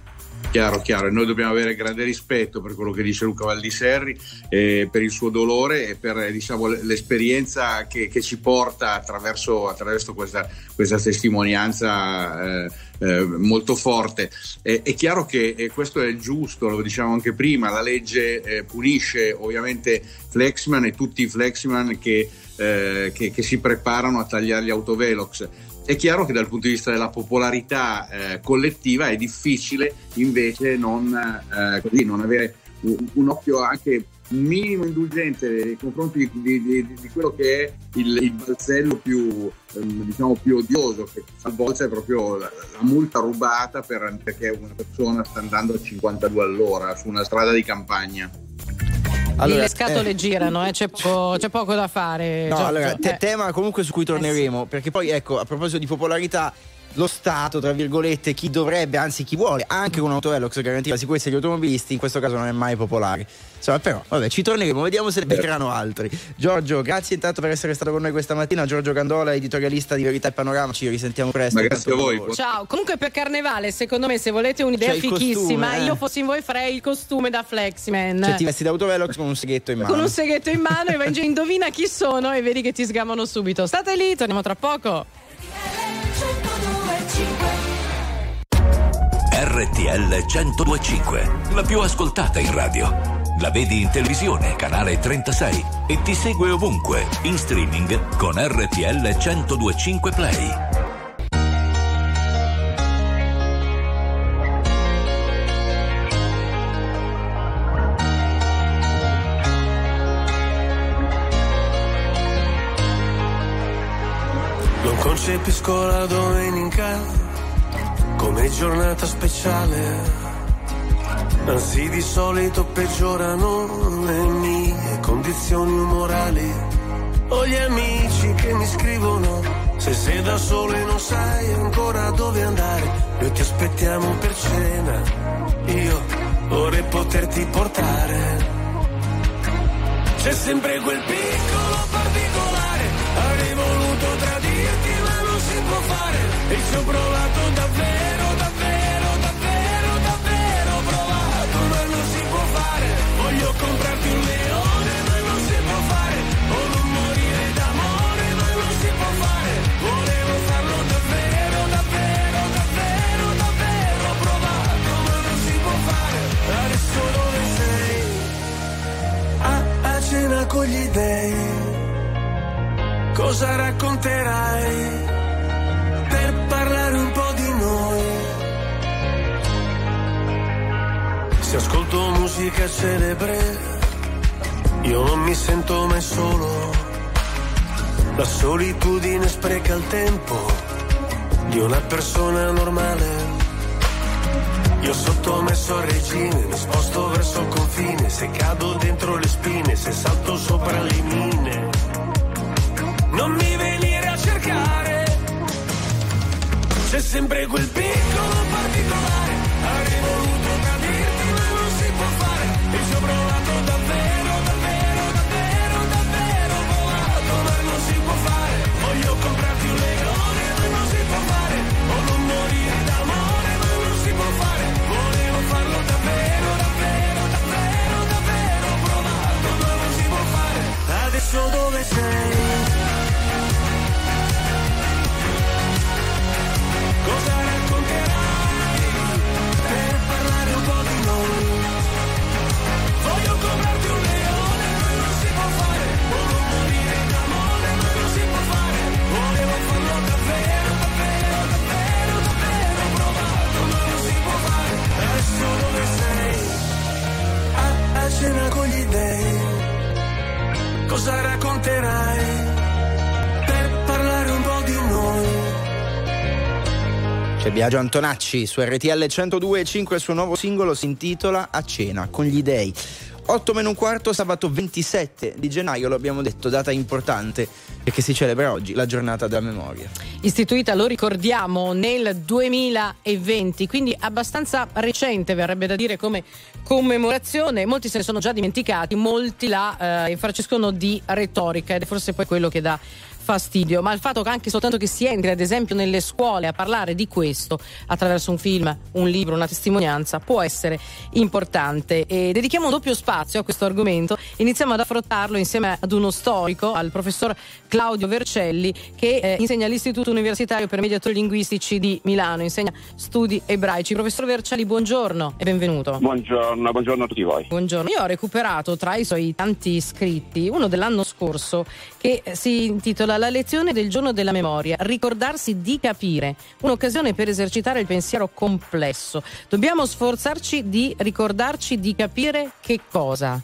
Chiaro, chiaro, e noi dobbiamo avere grande rispetto per quello che dice Luca Valdiserri, eh, per il suo dolore e per, diciamo, l'esperienza che, che ci porta attraverso, attraverso questa, questa testimonianza eh, eh, molto forte. Eh, è chiaro che eh, questo è giusto, lo diciamo anche prima, la legge eh, punisce ovviamente Flexman e tutti i Flexman che, eh, che, che si preparano a tagliare gli autovelox. È chiaro che dal punto di vista della popolarità eh, collettiva è difficile invece non, eh, così, non avere un, un occhio anche un minimo indulgente nei confronti di, di, di, di quello che è il, il balzello più, ehm, diciamo, più odioso, che talvolta è proprio la, la multa rubata per, perché una persona sta andando a cinquantadue all'ora su una strada di campagna. Allora, le scatole eh, girano, eh, c'è, poco, c'è poco da fare. No, Giorgio. allora, te- eh. tema comunque su cui torneremo, eh sì. Perché poi ecco, a proposito di popolarità, lo Stato, tra virgolette, chi dovrebbe, anzi chi vuole, anche con un autovelox garantire la sicurezza degli automobilisti, in questo caso non è mai popolare. Insomma, però, vabbè, ci torneremo, vediamo se ne beccheranno altri. Giorgio, grazie intanto per essere stato con noi questa mattina. Giorgio Gandola, editorialista di Verità e Panorama, ci risentiamo presto. Ma grazie a voi. Ciao. Comunque per Carnevale, secondo me, se volete un'idea C'è fichissima, costume, eh. io fossi in voi farei il costume da Flexman. Cioè ti vesti da autovelox con un seghetto in mano. Con un seghetto in mano e vai in giro, indovina chi sono e vedi che ti sgamano subito. State lì, torniamo tra poco. R T L centodue e cinque, la più ascoltata in radio. La vedi in televisione, canale trentasei, e ti segue ovunque, in streaming con R T L centodue e cinque Play. Non concepisco la domenica come giornata speciale, anzi di solito peggiorano le mie condizioni umorali. Ho gli amici che mi scrivono: se sei da solo e non sai ancora dove andare, noi ti aspettiamo per cena, io vorrei poterti portare. C'è sempre quel piccolo particolare, avrei voluto tradirti ma non si può fare, e ci ho provato davvero, davvero, davvero, davvero provato, ma non si può fare. Voglio comprarti un leone ma non si può fare, o non morire d'amore ma non si può fare. Volevo farlo davvero, davvero, davvero, davvero provato, ma non si può fare. Adesso dove sei? A, a cena con gli dèi, cosa racconterai per parlare un po' di noi? Se ascolto musica celebre, io non mi sento mai solo. La solitudine spreca il tempo di una persona normale. Io sottomesso al regime, mi sposto verso il confine, se cado dentro le spine, se salto sopra le mine. Non mi venire a cercare, c'è sempre quel piccolo particolare, avrei voluto capirti ma non si può fare, e ci ho provato davvero, davvero, davvero, davvero provato, ma non si può fare. Voglio comprarti un leone ma non si può fare, o non morire d'amore ma non si può fare. Volevo farlo davvero, davvero, davvero, davvero provato, ma non si può fare. Adesso dove sei? Cosa racconterai per parlare un po' di noi? Voglio comprarti un leone ma non si può fare, o non morire d'amore ma non si può fare. Volevo farlo davvero, davvero, davvero, davvero provato, ma non si può fare. Adesso dove sei? A, a cena con gli dèi, cosa racconterai per parlare un po' di noi? C'è Biagio Antonacci su R T L centodue e cinque, il suo nuovo singolo si intitola A cena con gli dèi. otto meno un quarto, sabato ventisette di gennaio, lo abbiamo detto, data importante perché si celebra oggi la giornata della memoria. Istituita, lo ricordiamo, nel duemilaventi, quindi abbastanza recente, verrebbe da dire, come commemorazione. Molti se ne sono già dimenticati, molti la eh, infraccescono di retorica, ed è forse poi quello che dà fastidio, ma il fatto che anche soltanto che si entri ad esempio nelle scuole a parlare di questo attraverso un film, un libro, una testimonianza può essere importante. E dedichiamo un doppio spazio a questo argomento, iniziamo ad affrontarlo insieme ad uno storico, al professor Claudio Vercelli, che eh, insegna all'Istituto Universitario per Mediatori Linguistici di Milano, insegna studi ebraici. Professor Vercelli, buongiorno e benvenuto. Buongiorno, buongiorno a tutti voi. Buongiorno. Io ho recuperato tra i suoi tanti scritti uno dell'anno scorso che si intitola La lezione del giorno della memoria, ricordarsi di capire, un'occasione per esercitare il pensiero complesso. Dobbiamo sforzarci di ricordarci di capire che cosa?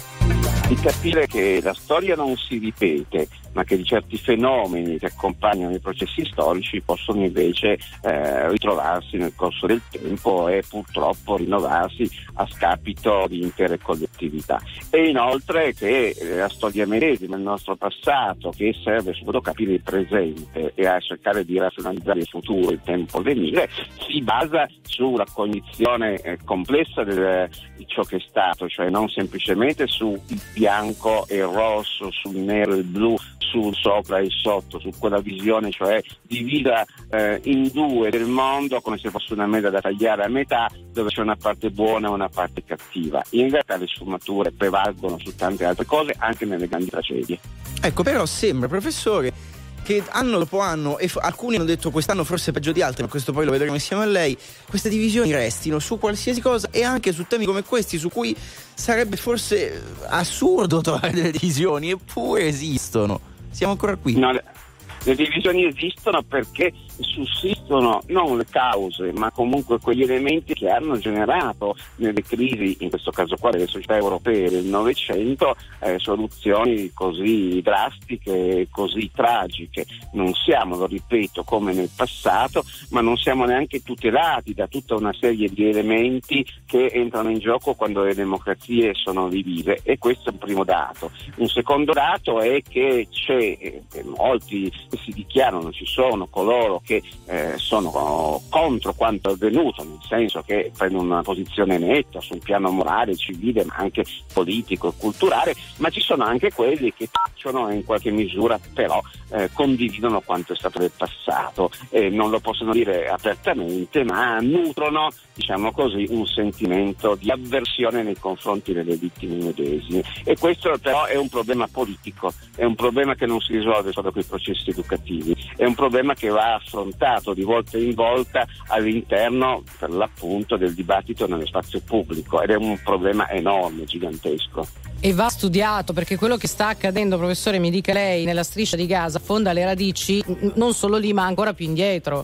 Di capire che la storia non si ripete, ma che di certi fenomeni che accompagnano i processi storici possono invece eh, ritrovarsi nel corso del tempo e purtroppo rinnovarsi a scapito di intere collettività. E inoltre che la storia medesima, il nostro passato, che serve soprattutto a capire il presente e a cercare di razionalizzare il futuro, il tempo a venire, si basa sulla cognizione eh, complessa del, di ciò che è stato, cioè non semplicemente sul bianco e il rosso, sul nero e il blu, sul sopra e il sotto, su quella visione cioè divisa eh, in due del mondo come se fosse una mela da tagliare a metà, dove c'è una parte buona e una parte cattiva. In realtà le sfumature prevalgono su tante altre cose, anche nelle grandi tragedie. Ecco, però sembra, professore, che anno dopo anno, e f- alcuni hanno detto quest'anno forse peggio di altri, ma questo poi lo vedremo insieme a lei, queste divisioni restino su qualsiasi cosa e anche su temi come questi, su cui sarebbe forse assurdo trovare delle divisioni, eppure esistono. Siamo ancora qui. No, le, le divisioni esistono perché sussistono non le cause, ma comunque quegli elementi che hanno generato nelle crisi, in questo caso qua delle società europee del Novecento, eh, soluzioni così drastiche, così tragiche. Non siamo, lo ripeto, come nel passato, ma non siamo neanche tutelati da tutta una serie di elementi che entrano in gioco quando le democrazie sono divise, e questo è un primo dato. Un secondo dato è che c'è, eh, molti si dichiarano, ci sono coloro che eh, sono contro quanto è avvenuto, nel senso che prendono una posizione netta sul piano morale, civile, ma anche politico e culturale, ma ci sono anche quelli che tacciono e in qualche misura però eh, condividono quanto è stato nel passato e non lo possono dire apertamente, ma nutrono, diciamo così, un sentimento di avversione nei confronti delle vittime medesime. E questo però è un problema politico, è un problema che non si risolve solo con i processi educativi, è un problema che va affrontato di volta in volta all'interno, per l'appunto, del dibattito nello spazio pubblico, ed è un problema enorme, gigantesco. E va studiato, perché quello che sta accadendo, professore, mi dica lei, nella striscia di Gaza affonda le radici non solo lì ma ancora più indietro.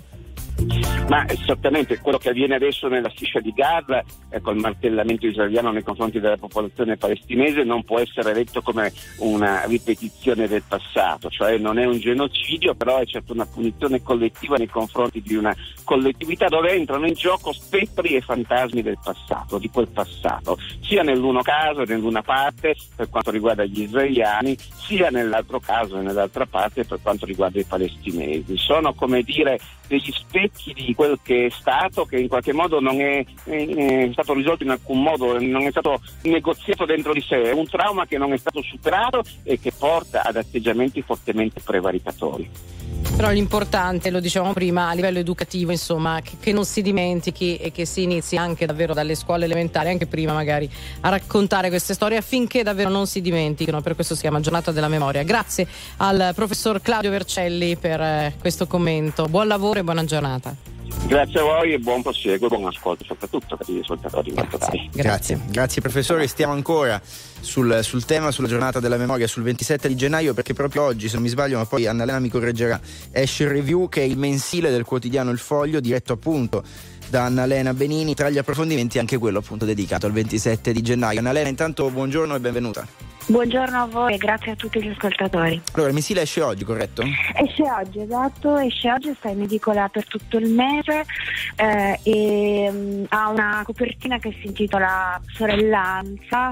Ma esattamente quello che avviene adesso nella striscia di Gaza, eh, col martellamento israeliano nei confronti della popolazione palestinese, non può essere letto come una ripetizione del passato, cioè non è un genocidio, però è certo una punizione collettiva nei confronti di una collettività dove entrano in gioco spettri e fantasmi del passato, di quel passato, sia nell'uno caso e nell'una parte per quanto riguarda gli israeliani, sia nell'altro caso e nell'altra parte per quanto riguarda i palestinesi. Sono, come dire, degli specchi di quel che è stato, che in qualche modo non è, è stato risolto in alcun modo, non è stato negoziato dentro di sé, è un trauma che non è stato superato e che porta ad atteggiamenti fortemente prevaricatori. Però l'importante, lo dicevamo prima, a livello educativo, insomma, che, che non si dimentichi e che si inizi anche davvero dalle scuole elementari, anche prima magari, a raccontare queste storie affinché davvero non si dimentichino. Per questo si chiama Giornata della Memoria. Grazie al professor Claudio Vercelli per eh, questo commento. Buon lavoro e buona giornata. Grazie a voi e buon proseguo, buon ascolto soprattutto per gli ascoltatori. Grazie, grazie, grazie professore. Stiamo ancora sul, sul tema, sulla Giornata della Memoria, sul ventisette di gennaio, perché proprio oggi, se non mi sbaglio, ma poi Annalena mi correggerà, esce il Review, che è il mensile del quotidiano Il Foglio, diretto appunto da Annalena Benini. Tra gli approfondimenti anche quello appunto dedicato al ventisette di gennaio. Annalena, intanto buongiorno e benvenuta. Buongiorno a voi e grazie a tutti gli ascoltatori. Allora, il mensile esce oggi, corretto? Esce oggi, esatto, esce oggi, sta in edicola per tutto il mese eh, e mh, ha una copertina che si intitola Sorellanza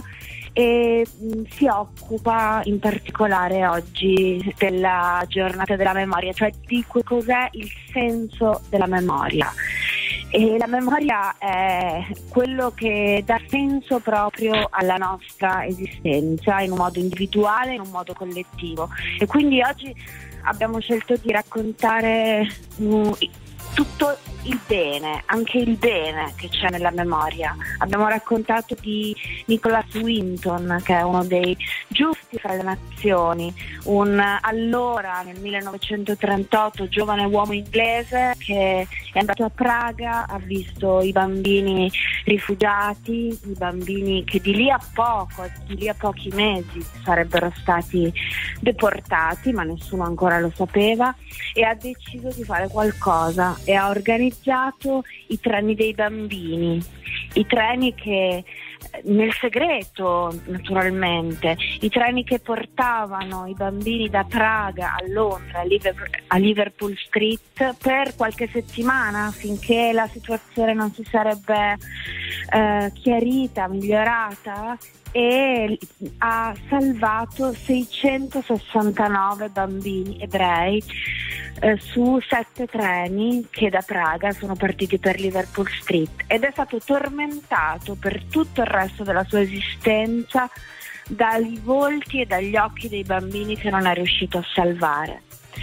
e mh, si occupa in particolare oggi della Giornata della Memoria, cioè di cos'è il senso della memoria. E la memoria è quello che dà senso proprio alla nostra esistenza, in un modo individuale, in un modo collettivo. E quindi oggi abbiamo scelto di raccontare mm, tutto il bene, anche il bene che c'è nella memoria. Abbiamo raccontato di Nicholas Winton, che è uno dei giusti fra le nazioni, un allora nel millenovecentotrentotto giovane uomo inglese che è andato a Praga, ha visto i bambini rifugiati, i bambini che di lì a poco, di lì a pochi mesi sarebbero stati deportati, ma nessuno ancora lo sapeva, e ha deciso di fare qualcosa e ha organizzato i treni dei bambini, i treni che nel segreto naturalmente, i treni che portavano i bambini da Praga a Londra, a Liverpool, a Liverpool Street per qualche settimana finché la situazione non si sarebbe eh, chiarita, migliorata, e ha salvato seicentosessantanove bambini ebrei eh, su sette treni che da Praga sono partiti per Liverpool Street, ed è stato tormentato per tutto il resto della sua esistenza dai volti e dagli occhi dei bambini che non è riuscito a salvare.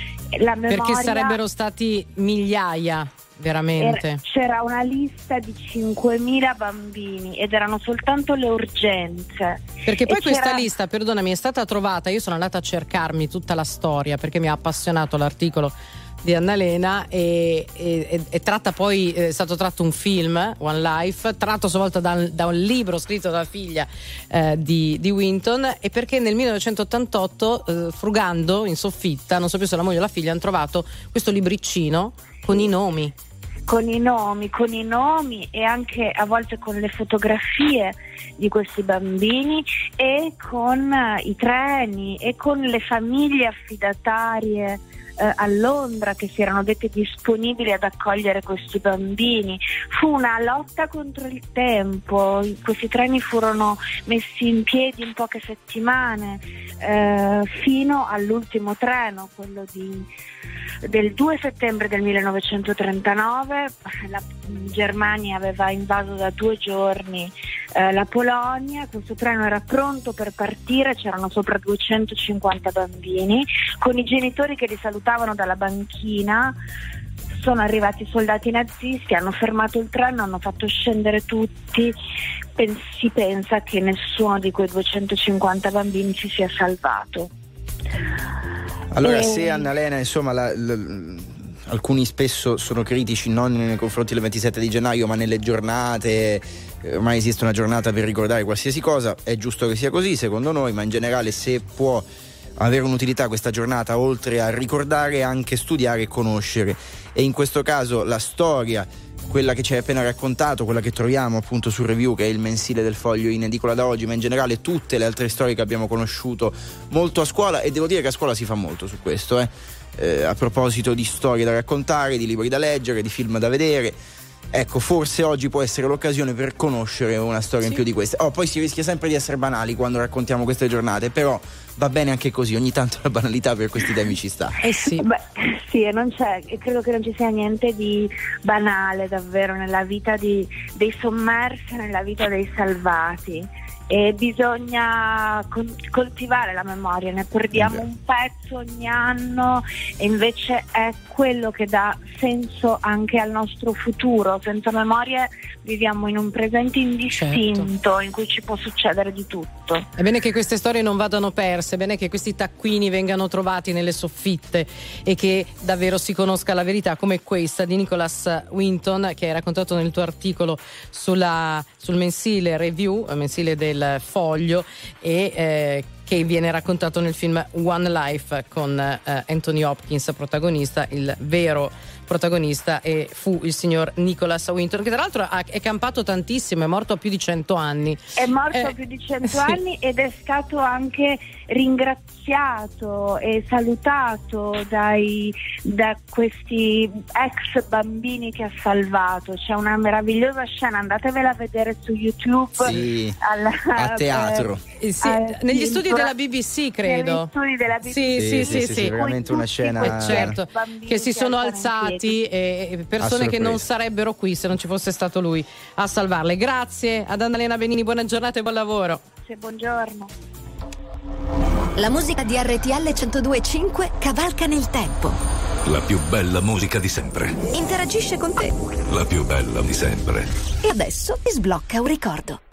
La memoria... Perché sarebbero stati migliaia. Veramente. Era, c'era una lista di cinquemila bambini ed erano soltanto le urgenze. Perché poi e questa c'era... lista, perdonami, è stata trovata, io sono andata a cercarmi tutta la storia perché mi ha appassionato l'articolo di Annalena e, e, e tratta poi, è stato tratto un film, One Life, tratto a sua volta da, da un libro scritto dalla figlia eh, di, di Winton, e perché nel millenovecentottantotto eh, frugando in soffitta, non so più se la moglie o la figlia, hanno trovato questo libriccino con i nomi. Con i nomi, con i nomi e anche a volte con le fotografie di questi bambini e con uh, i treni e con le famiglie affidatarie uh, a Londra che si erano dette disponibili ad accogliere questi bambini. Fu una lotta contro il tempo, questi treni furono messi in piedi in poche settimane uh, fino all'ultimo treno, quello di del due settembre del millenovecentotrentanove. La Germania aveva invaso da due giorni eh, la Polonia, questo treno era pronto per partire, c'erano sopra duecentocinquanta bambini, con i genitori che li salutavano dalla banchina. Sono arrivati i soldati nazisti, hanno fermato il treno, hanno fatto scendere tutti. Pen- si pensa che nessuno di quei duecentocinquanta bambini si sia salvato. Allora, e... se Annalena, insomma, la, la, alcuni spesso sono critici non nei confronti del ventisette di gennaio, ma nelle giornate, ormai esiste una giornata per ricordare qualsiasi cosa, è giusto che sia così secondo noi, ma in generale se può avere un'utilità questa giornata, oltre a ricordare, anche studiare e conoscere, e in questo caso la storia, quella che ci hai appena raccontato, quella che troviamo appunto sul Review, che è il mensile del Foglio in edicola da oggi, ma in generale tutte le altre storie che abbiamo conosciuto molto a scuola, e devo dire che a scuola si fa molto su questo, eh? Eh, a proposito di storie da raccontare, di libri da leggere, di film da vedere. Ecco, forse oggi può essere l'occasione per conoscere una storia sì. in più di queste. Oh, poi si rischia sempre di essere banali quando raccontiamo queste giornate, però va bene anche così, ogni tanto la banalità per questi temi ci sta. Eh sì. Beh, sì, e non c'è, credo che non ci sia niente di banale davvero nella vita di, dei sommersi, nella vita dei salvati. E bisogna coltivare la memoria, ne perdiamo un pezzo ogni anno e invece è quello che dà senso anche al nostro futuro. Senza memoria viviamo in un presente indistinto, certo, in cui ci può succedere di tutto. È bene che queste storie non vadano perse, è bene che questi taccuini vengano trovati nelle soffitte e che davvero si conosca la verità, come questa di Nicholas Winton che hai raccontato nel tuo articolo sulla, sul mensile Review, mensile del Foglio, e eh, che viene raccontato nel film One Life con eh, Anthony Hopkins protagonista, il vero protagonista e fu il signor Nicholas Winton, che tra l'altro ha, è campato tantissimo, è morto a più di cento anni. È morto eh, a più di cento sì. anni ed è stato anche ringraziato e salutato dai, da questi ex bambini che ha salvato. C'è una meravigliosa scena, andatevela a vedere su YouTube. Sì, alla, a teatro. Eh, sì, eh, negli sì, studi della B B C, credo. Negli studi della B B C. Sì, sì, sì, sì, sì, sì, veramente una scena, certo, che si sono alzati morti e e persone che non sarebbero qui se non ci fosse stato lui a salvarle. Grazie ad Annalena Benini, buona giornata e buon lavoro. Sì, buongiorno. La musica di R T L centodue e cinque cavalca nel tempo. La più bella musica di sempre. Interagisce con te. La più bella di sempre. E adesso ti sblocca un ricordo.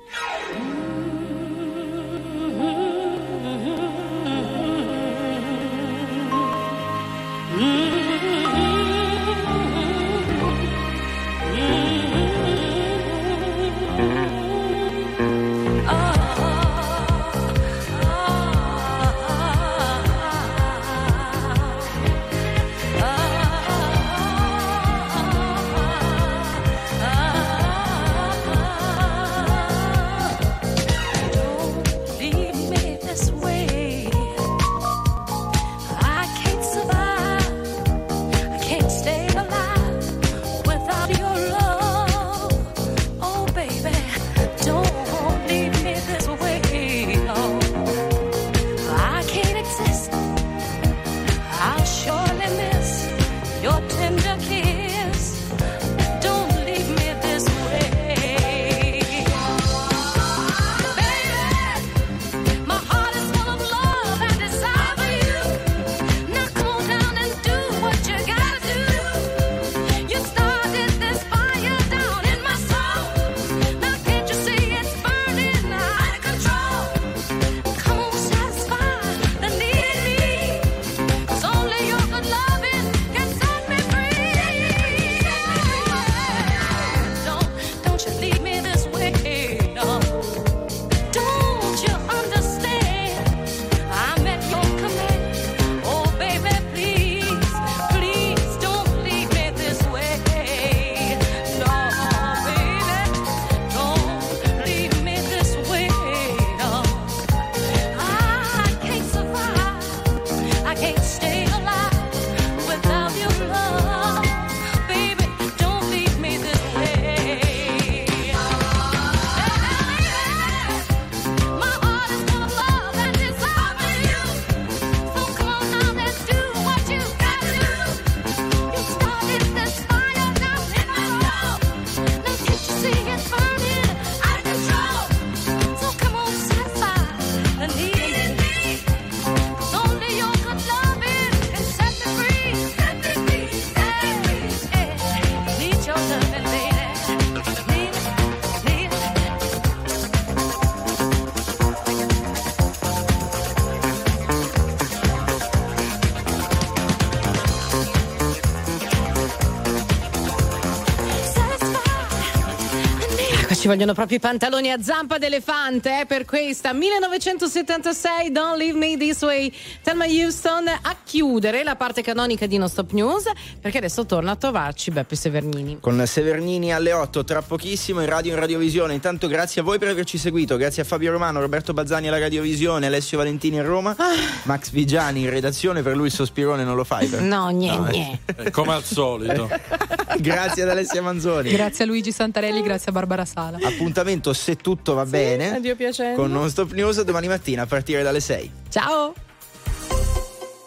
Ci vogliono proprio i pantaloni a zampa d'elefante eh, per questa millenovecentosettantasei Don't Leave Me This Way. Thelma Houston a chiudere la parte canonica di Non Stop News, perché adesso torna a trovarci Beppe Severnini. Con Severnini alle otto, tra pochissimo in radio e in radiovisione. Intanto grazie a voi per averci seguito, grazie a Fabio Romano, Roberto Bazzani alla radiovisione, Alessio Valentini a Roma, ah. Max Vigiani in redazione. Per lui il sospirone non lo fai? Per... No, niente. No, come al solito. Grazie ad Alessia Manzoni. Grazie a Luigi Santarelli, grazie a Barbara Sala. Appuntamento, se tutto va sì, bene, addio piacendo, con Non Stop News domani mattina a partire dalle sei. Ciao.